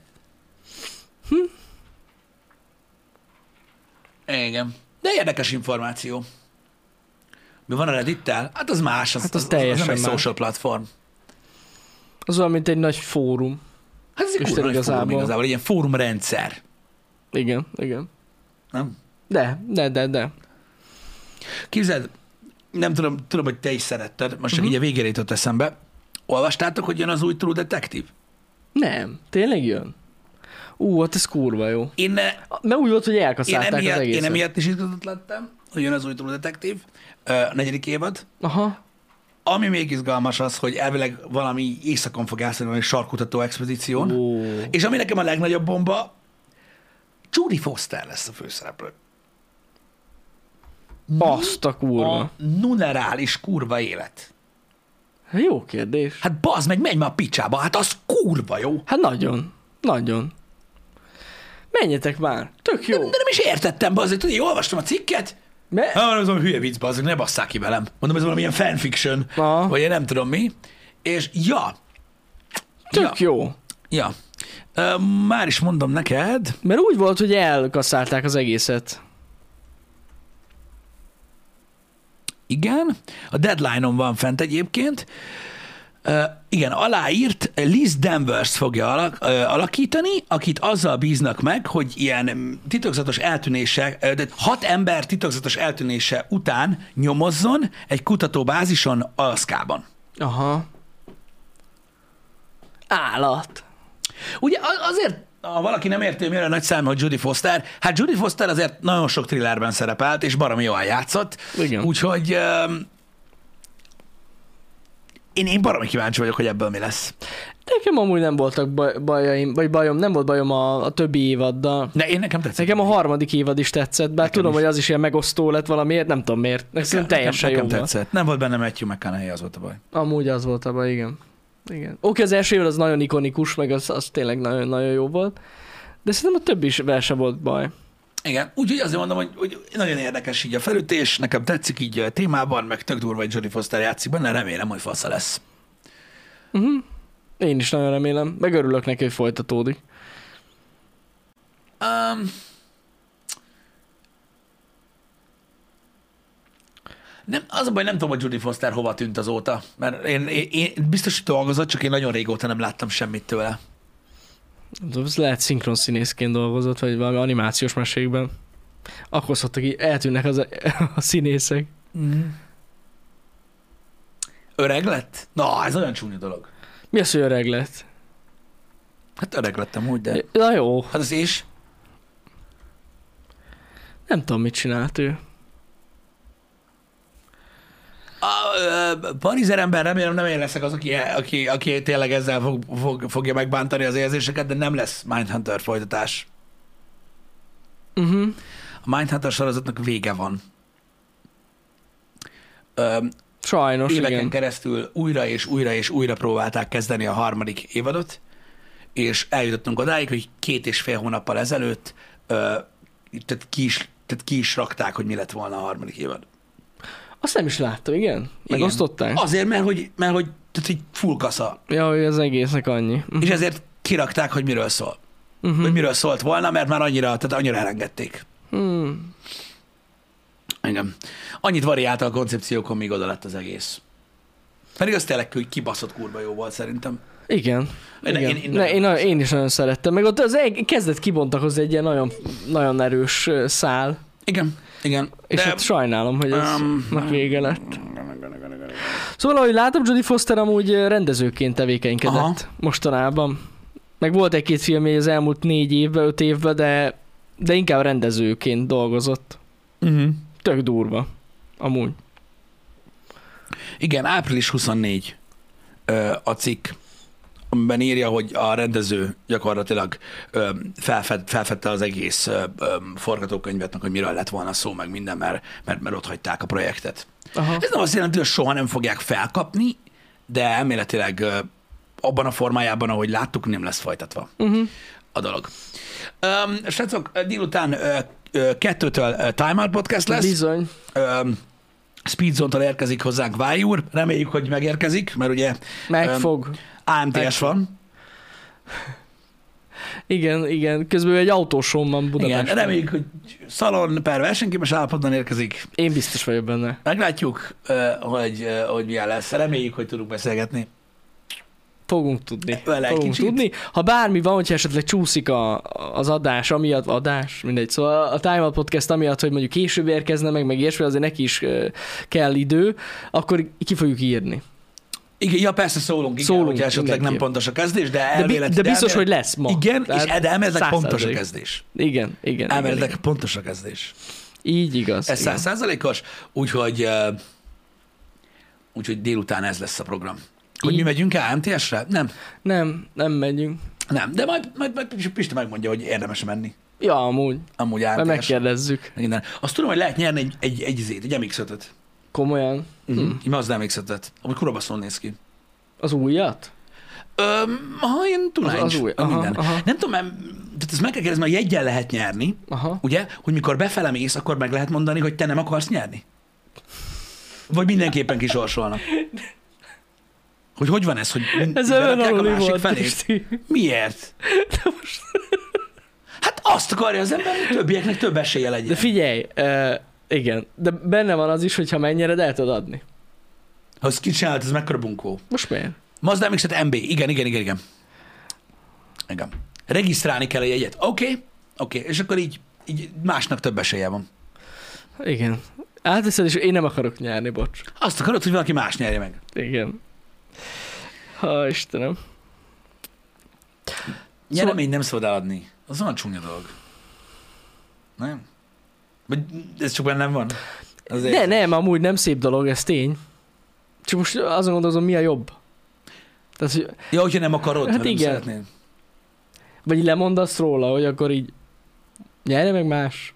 Igen. De érdekes információ. Mi van a Reddit-tel? Hát az más, az nem teljesen egy más. social platform. Az olyan, mint egy nagy fórum. Hát ez egy Isten kurva nagy fórum igazából. igazából, egy ilyen fórumrendszer. Igen. Nem? De. Képzeld, nem tudom, hogy te is szeretted, most csak így a végére jutott eszembe. Olvastátok, hogy jön az új True Detective? Nem. Tényleg jön? Hát ez kurva jó. Én Mert úgy volt, hogy elkaszálták az egészet. én emiatt is izgatott lettem, hogy jön az új True Detective, 4. évad. Aha. Ami még izgalmas az, hogy elvileg valami éjszakon fog elszállni, valami sarkutató expedíción. Ó. És ami nekem a legnagyobb bomba, Jodie Foster lesz a főszereplő. Azt a kurva. A numerális kurva élet. Jó kérdés. Hát bazd meg, menj már a picsába, hát az kurva jó. Hát nagyon. Menjetek már. Tök jó. De nem is értettem, bazd, tudod, én olvastam a cikket, ez valami hülye vicc, bazd, ne basszák ki velem. Mondom, ez valamilyen fanfiction, Aha. vagy én nem tudom mi. És Tök jó. Ja. Már is mondom neked. Mert úgy volt, hogy elkasszálták az egészet. Igen. A Deadline-on van fent egyébként. Igen, aláírt Liz Danvers fogja alakítani, akit azzal bíznak meg, hogy ilyen titokzatos eltűnése, de 6 ember titokzatos eltűnése után nyomozzon egy kutatóbázison Alaszkában. Aha. Állat. Ugye azért, ha valaki nem érti, hogy mire nagy szám, hogy Jodie Foster, hát Jodie Foster azért nagyon sok thrillerben szerepelt, és baromi jól játszott. Igen. Úgyhogy én baromi kíváncsi vagyok, hogy ebből mi lesz. Nekem amúgy nem voltak bajom, nem volt bajom a többi évaddal. Nekem tetszett. Nekem a harmadik évad is tetszett, bár tudom, hogy az is ilyen megosztó lett valamiért, nem tudom miért. Nekem teljesen jó nekem volt. tetszett. Nem volt benne Matthew McConaughey, az volt a baj. Amúgy az volt a baj, igen. Oké, az első évad az nagyon ikonikus, meg az tényleg nagyon, nagyon jó volt. De szerintem a többi is se volt baj. Igen, úgyhogy azért mondom, hogy nagyon érdekes így a felütés, nekem tetszik így a témában, meg tök durva, hogy Jodie Foster játszik benne, remélem, hogy fasza lesz. Én is nagyon remélem, meg örülök neki, hogy folytatódik. Nem, az a baj, nem tudom, hogy Jodie Foster hova tűnt azóta, mert én biztos, hogy dolgozott, csak én nagyon régóta nem láttam semmit tőle. Ez lehet szinkron színészként dolgozott, vagy valami animációs mesékben. Akkor szoktak így, eltűnnek a színészek. Öreg lett? Na, ez olyan csúnya dolog. Mi az, hogy öreg lett? Hát öreg lettem úgy, de... Na jó, Hát az és? nem tudom, mit csinált ő. Parizeremben remélem nem én leszek az, aki tényleg ezzel fogja megbántani az érzéseket, de nem lesz Mindhunter folytatás. A Mindhunter sorozatnak vége van. Sajnos, Éveken igen. keresztül újra és újra és újra próbálták kezdeni a harmadik évadot, és eljutottunk odáig, hogy 2,5 hónappal ezelőtt tehát ki is rakták, hogy mi lett volna a harmadik évad. Azt nem is láttam, igen? Megosztották? Azért, mert hogy tehát, hogy full kasza. Ja, hogy az egésznek annyi. És ezért kirakták, hogy miről szól. Hogy miről szólt volna, mert már annyira elengedték. Igen. Annyit variálta a koncepciókon, míg oda lett az egész. Pedig az tényleg kibaszott kurva jó volt szerintem. Igen. Én Én is nagyon szerettem. Meg ott kezdett kibontakozni egy ilyen nagyon, nagyon erős szál. Igen. És hát sajnálom, hogy eznek vége lett. Szóval, ahogy látom, Jodie Foster amúgy rendezőként tevékenykedett mostanában. Meg volt egy-két filmje az elmúlt 4 évben, 5 évben, de inkább rendezőként dolgozott. Tök durva. Amúgy. Igen, április 24 a cikk amiben írja, hogy a rendező gyakorlatilag felfedte az egész forgatókönyvet, hogy miről lett volna szó, meg minden, mert ott hagyták a projektet. Aha. Ez nem azt jelenti, hogy soha nem fogják felkapni, de elméletileg abban a formájában, ahogy láttuk, nem lesz folytatva a dolog. Srácok, délután 2-től Time Out Podcast lesz. Bizony. Speedzone-tól érkezik hozzánk Váj úr. Reméljük, hogy megérkezik, mert ugye megfog. AMTS van. Igen. Közben egy autósom van Budapesten. Igen, reméljük, hogy szalon per versenyképes állapotban érkezik. Én biztos vagyok benne. Meglátjuk, hogy milyen lesz. Reméljük, hogy tudunk beszélgetni. Fogunk tudni. Ha bármi van, hogyha esetleg csúszik az adás, mindegy. Szóval a Time Out Podcast amiatt, hogy mondjuk később érkezne meg ilyesmi, azért neki is kell idő, akkor ki fogjuk írni. Igen, ja, persze szólunk hogyha esetleg nem pontos a kezdés, de biztos, hogy lesz ma. Igen, és elméletileg pontos a kezdés. Igen. Elméletileg pontos a kezdés. Így igaz. Ez 100%-os, úgyhogy délután ez lesz a program. Hogy mi megyünk el MTS-re? Nem megyünk. Nem, de majd Pisti megmondja, hogy érdemes menni. Ja, amúgy MTS. Megkérdezzük. Minden. Azt tudom, hogy lehet nyerni egy MX-5-öt. Komolyan? Mazda MX-5-öt. Amúgy kurabaszon néz ki. Az újat? Ilyen tunány. Az új. Minden. Nem tudom, tehát ezt meg kell kérdezni, hogy jeggyel lehet nyerni, ugye? Hogy mikor befele mész, akkor meg lehet mondani, hogy te nem akarsz nyerni? Vagy mindenképpen kisorsolnak? Hogy van ez, hogy ez a másik felét? Miért? Hát azt akarja az ember, hogy többieknek több esélye legyen. De figyelj, igen, de benne van az is, hogy ha megnyered, el tudod adni. Ha azt kicsinált, ez mekkora bunkó. Most miért? Mazda MX-5 MB, igen. Regisztrálni kell a jegyet. Oké, és akkor így másnak több esélye van. Igen. Átteszed, és én nem akarok nyerni, bocs. Azt akarod, hogy valaki más nyerje meg. Igen. Ha Istenem. Nyereményt nem szabad eladni. Az olyan csúnya dolog. Nem? Vagy ez csak bennem van? Azért. Nem, amúgy nem szép dolog, ez tény. Csak most azon gondolom, mi a jobb. Tehát, hogy... Ja, hogyha nem akarod, hát igen. Szeretnél. Vagy lemondasz róla, hogy akkor így nyerje meg más.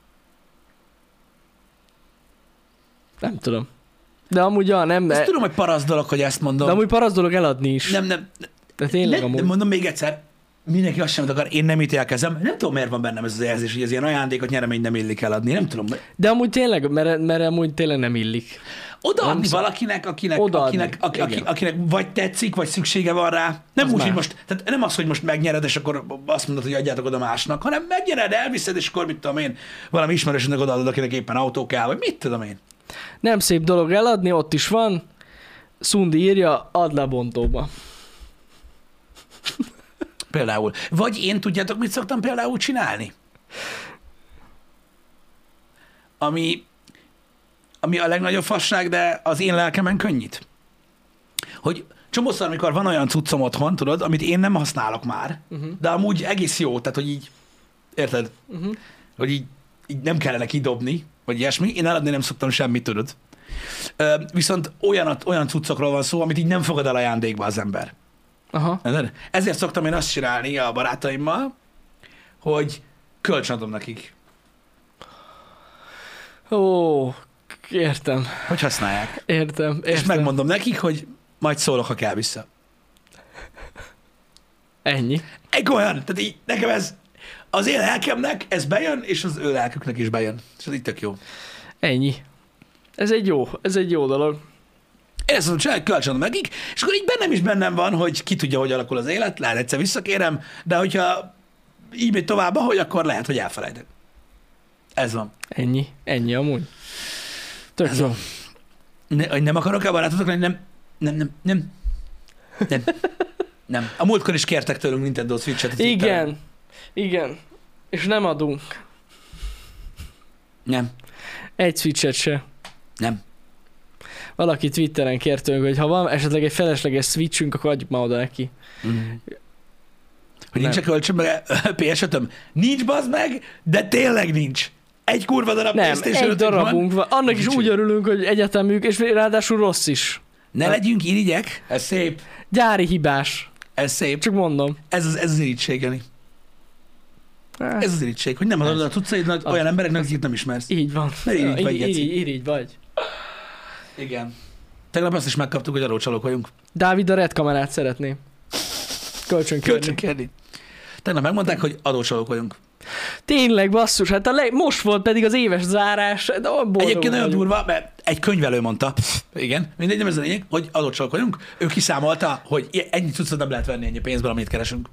Nem tudom. De amúgy nem. Ezt tudom, hogy paraszt dolog, hogy ezt mondom. De amúgy paraszt dolog eladni is. Nem. De tényleg amúgy. Mondom még egyszer, mindenki azt sem akar, én nem ítélkezem. Nem tudom, miért van bennem ez az érzés, hogy ez ilyen ajándékot, nyereményt nem illik eladni. Nem tudom. De amúgy tényleg, mert amúgy tényleg nem illik. Odaadni valakinek, akinek vagy tetszik, vagy szüksége van rá. Nem úgy, hogy most, tehát nem az, hogy most megnyered, és akkor azt mondod, hogy adjátok oda másnak, hanem megnyered, elviszed, és akkor mit tudom én, valami ismerősödnek odaadod, akinek éppen autó kell, vagy mit tudom én. Nem szép dolog eladni, ott is van. Szundi írja, add le a bontóba. Például. Vagy én tudjátok, mit szoktam például csinálni? Ami a legnagyobb fasság, de az én lelkemen könnyít. Hogy csomószor, amikor van olyan cuccom otthon, tudod, amit én nem használok már, de amúgy egész jó, tehát hogy így, érted? Hogy így nem kellene kidobni, vagy ilyesmi, én eladni nem szoktam semmit, tudod. Viszont olyan cuccokról van szó, amit így nem fogad el ajándékba az ember. Aha. Ezért szoktam én azt csinálni a barátaimmal, hogy kölcsönadom nekik. Ó, értem. Hogy használják. Értem. És megmondom nekik, hogy majd szólok, ha kell vissza. Ennyi. Olyan, tehát így nekem ez az én lelkemnek ez bejön, és az ő lelküknek is bejön. És ez így tök jó. Ennyi. Ez egy jó dolog. Én ezt mondom, kölcsönadom nekik, és akkor így bennem van, hogy ki tudja, hogy alakul az élet, lehet egyszer visszakérem, de hogyha így megy tovább, hogy akkor lehet, hogy elfelejtek. Ez van. Ennyi amúgy. Tök jó. Nem akarok-e barátotok lenni? Nem. A múltkor is kértek tőlünk Nintendo Switch-et. Igen. És nem adunk. Nem. Egy Switch-et se. Nem. Valaki Twitteren kért tőlünk, hogy ha van esetleg egy felesleges Switchünk, akkor adjuk már oda neki. Hogy nincs a kölcsönben PS5-öm? Nincs, bazd meg, de tényleg nincs. Egy kurva darab PlayStation 5 egy darabunk van. Annak is úgy örülünk, hogy egyetemük, és ráadásul rossz is. Ne legyünk irigyek, ez szép. Gyári hibás. Ez szép. Csak mondom. Ez az irítség, Jani. Ez az irítség, hogy nem adod a cuccaidnak olyan embereknek, akik nem ismersz. Így van. Mert irigy vagy, Geci. Irigy vagy. Igen. Tegnap azt is megkaptuk, hogy adócsalók vagyunk. Dávid a red kamerát szeretné. Kölcsönkérni. Tegnap megmondták, hogy adócsalók vagyunk. Tényleg, basszus, hát most volt pedig az éves zárás, de egyébként nagyon durva, mert egy könyvelő mondta, igen, mindegy, nem ez a lényeg, hogy adócsalók vagyunk, ő kiszámolta, hogy ennyi cuccot nem lehet venni ennyi pénzből, amit keresünk.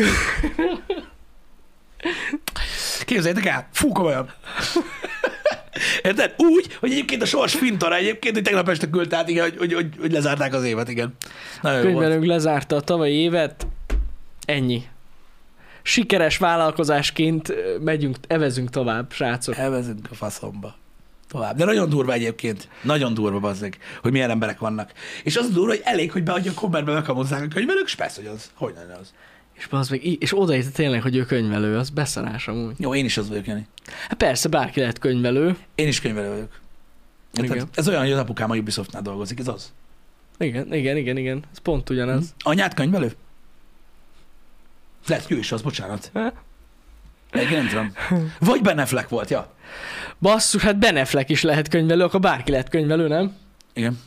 Képzeljétek el, fú, komolyan. Érted? Úgy, hogy egyébként a sors fintora egyébként, hogy tegnap este küldte át, igen, hogy lezárták az évet, igen. Nagyon könyvelőnk lezárta a tavalyi évet, ennyi. Sikeres vállalkozásként evezünk tovább, srácok. Evezünk a faszomba. Tovább. De nagyon durva egyébként. Nagyon durva, bazzeg, hogy milyen emberek vannak. És az a durva, hogy elég, hogy beadja a kommentbe, meghamozzák a könyvelők, és persze, hogy az. Hogy lenne az? És odaírta tényleg, hogy ő könyvelő, az beszarás amúgy. Jó, én is az vagyok, Jani. Hát persze, bárki lehet könyvelő. Én is könyvelő vagyok. Ez olyan, hogy az apukám a Ubisoftnál dolgozik, ez az. Igen. Ez pont ugyanaz. Anyád könyvelő? Lehet, hogy ő is az, bocsánat. Nem tudom. Vagy Ben Affleck volt, ja. Basszus, hát Ben Affleck is lehet könyvelő, akkor bárki lehet könyvelő, nem? Igen.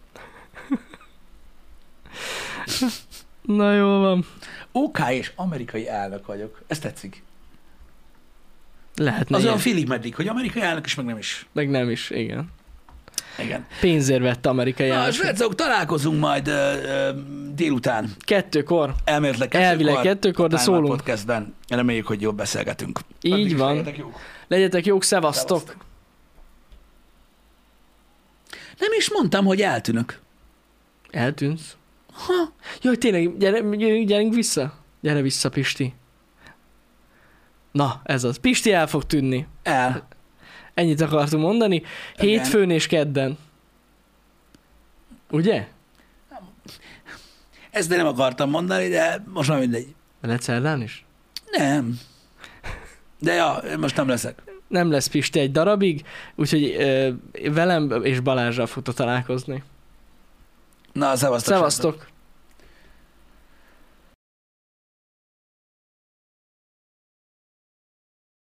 Na jól van. OK és amerikai elnök vagyok. Ez tetszik. Lehetne az ilyen. olyan félig meddig, hogy amerikai elnök is, meg nem is. Meg nem is, igen. Igen. Pénzért vett amerikai elnök. Na, srácok, találkozunk majd délután. 2-kor. Elméletileg 2-kor. Elvileg 2-kor, de szólunk. Podcastben. Reméljük, hogy jobb beszélgetünk. Így van. Legyetek jók, szevasztok. Nem is mondtam, hogy eltűnök. Eltűnsz? Ha. Jaj, tényleg, gyerünk vissza. Gyere vissza, Pisti. Na, ez az. Pisti el fog tűnni. Ennyit akartunk mondani. Igen. Hétfőn és kedden. Ugye? Ezt nem akartam mondani, de most már mindegy. Lecellán is? Nem. De ja, most nem leszek. Nem lesz Pisti egy darabig, úgyhogy velem és Balázsral fogtok találkozni. Na, szevasztok. Szevasztok.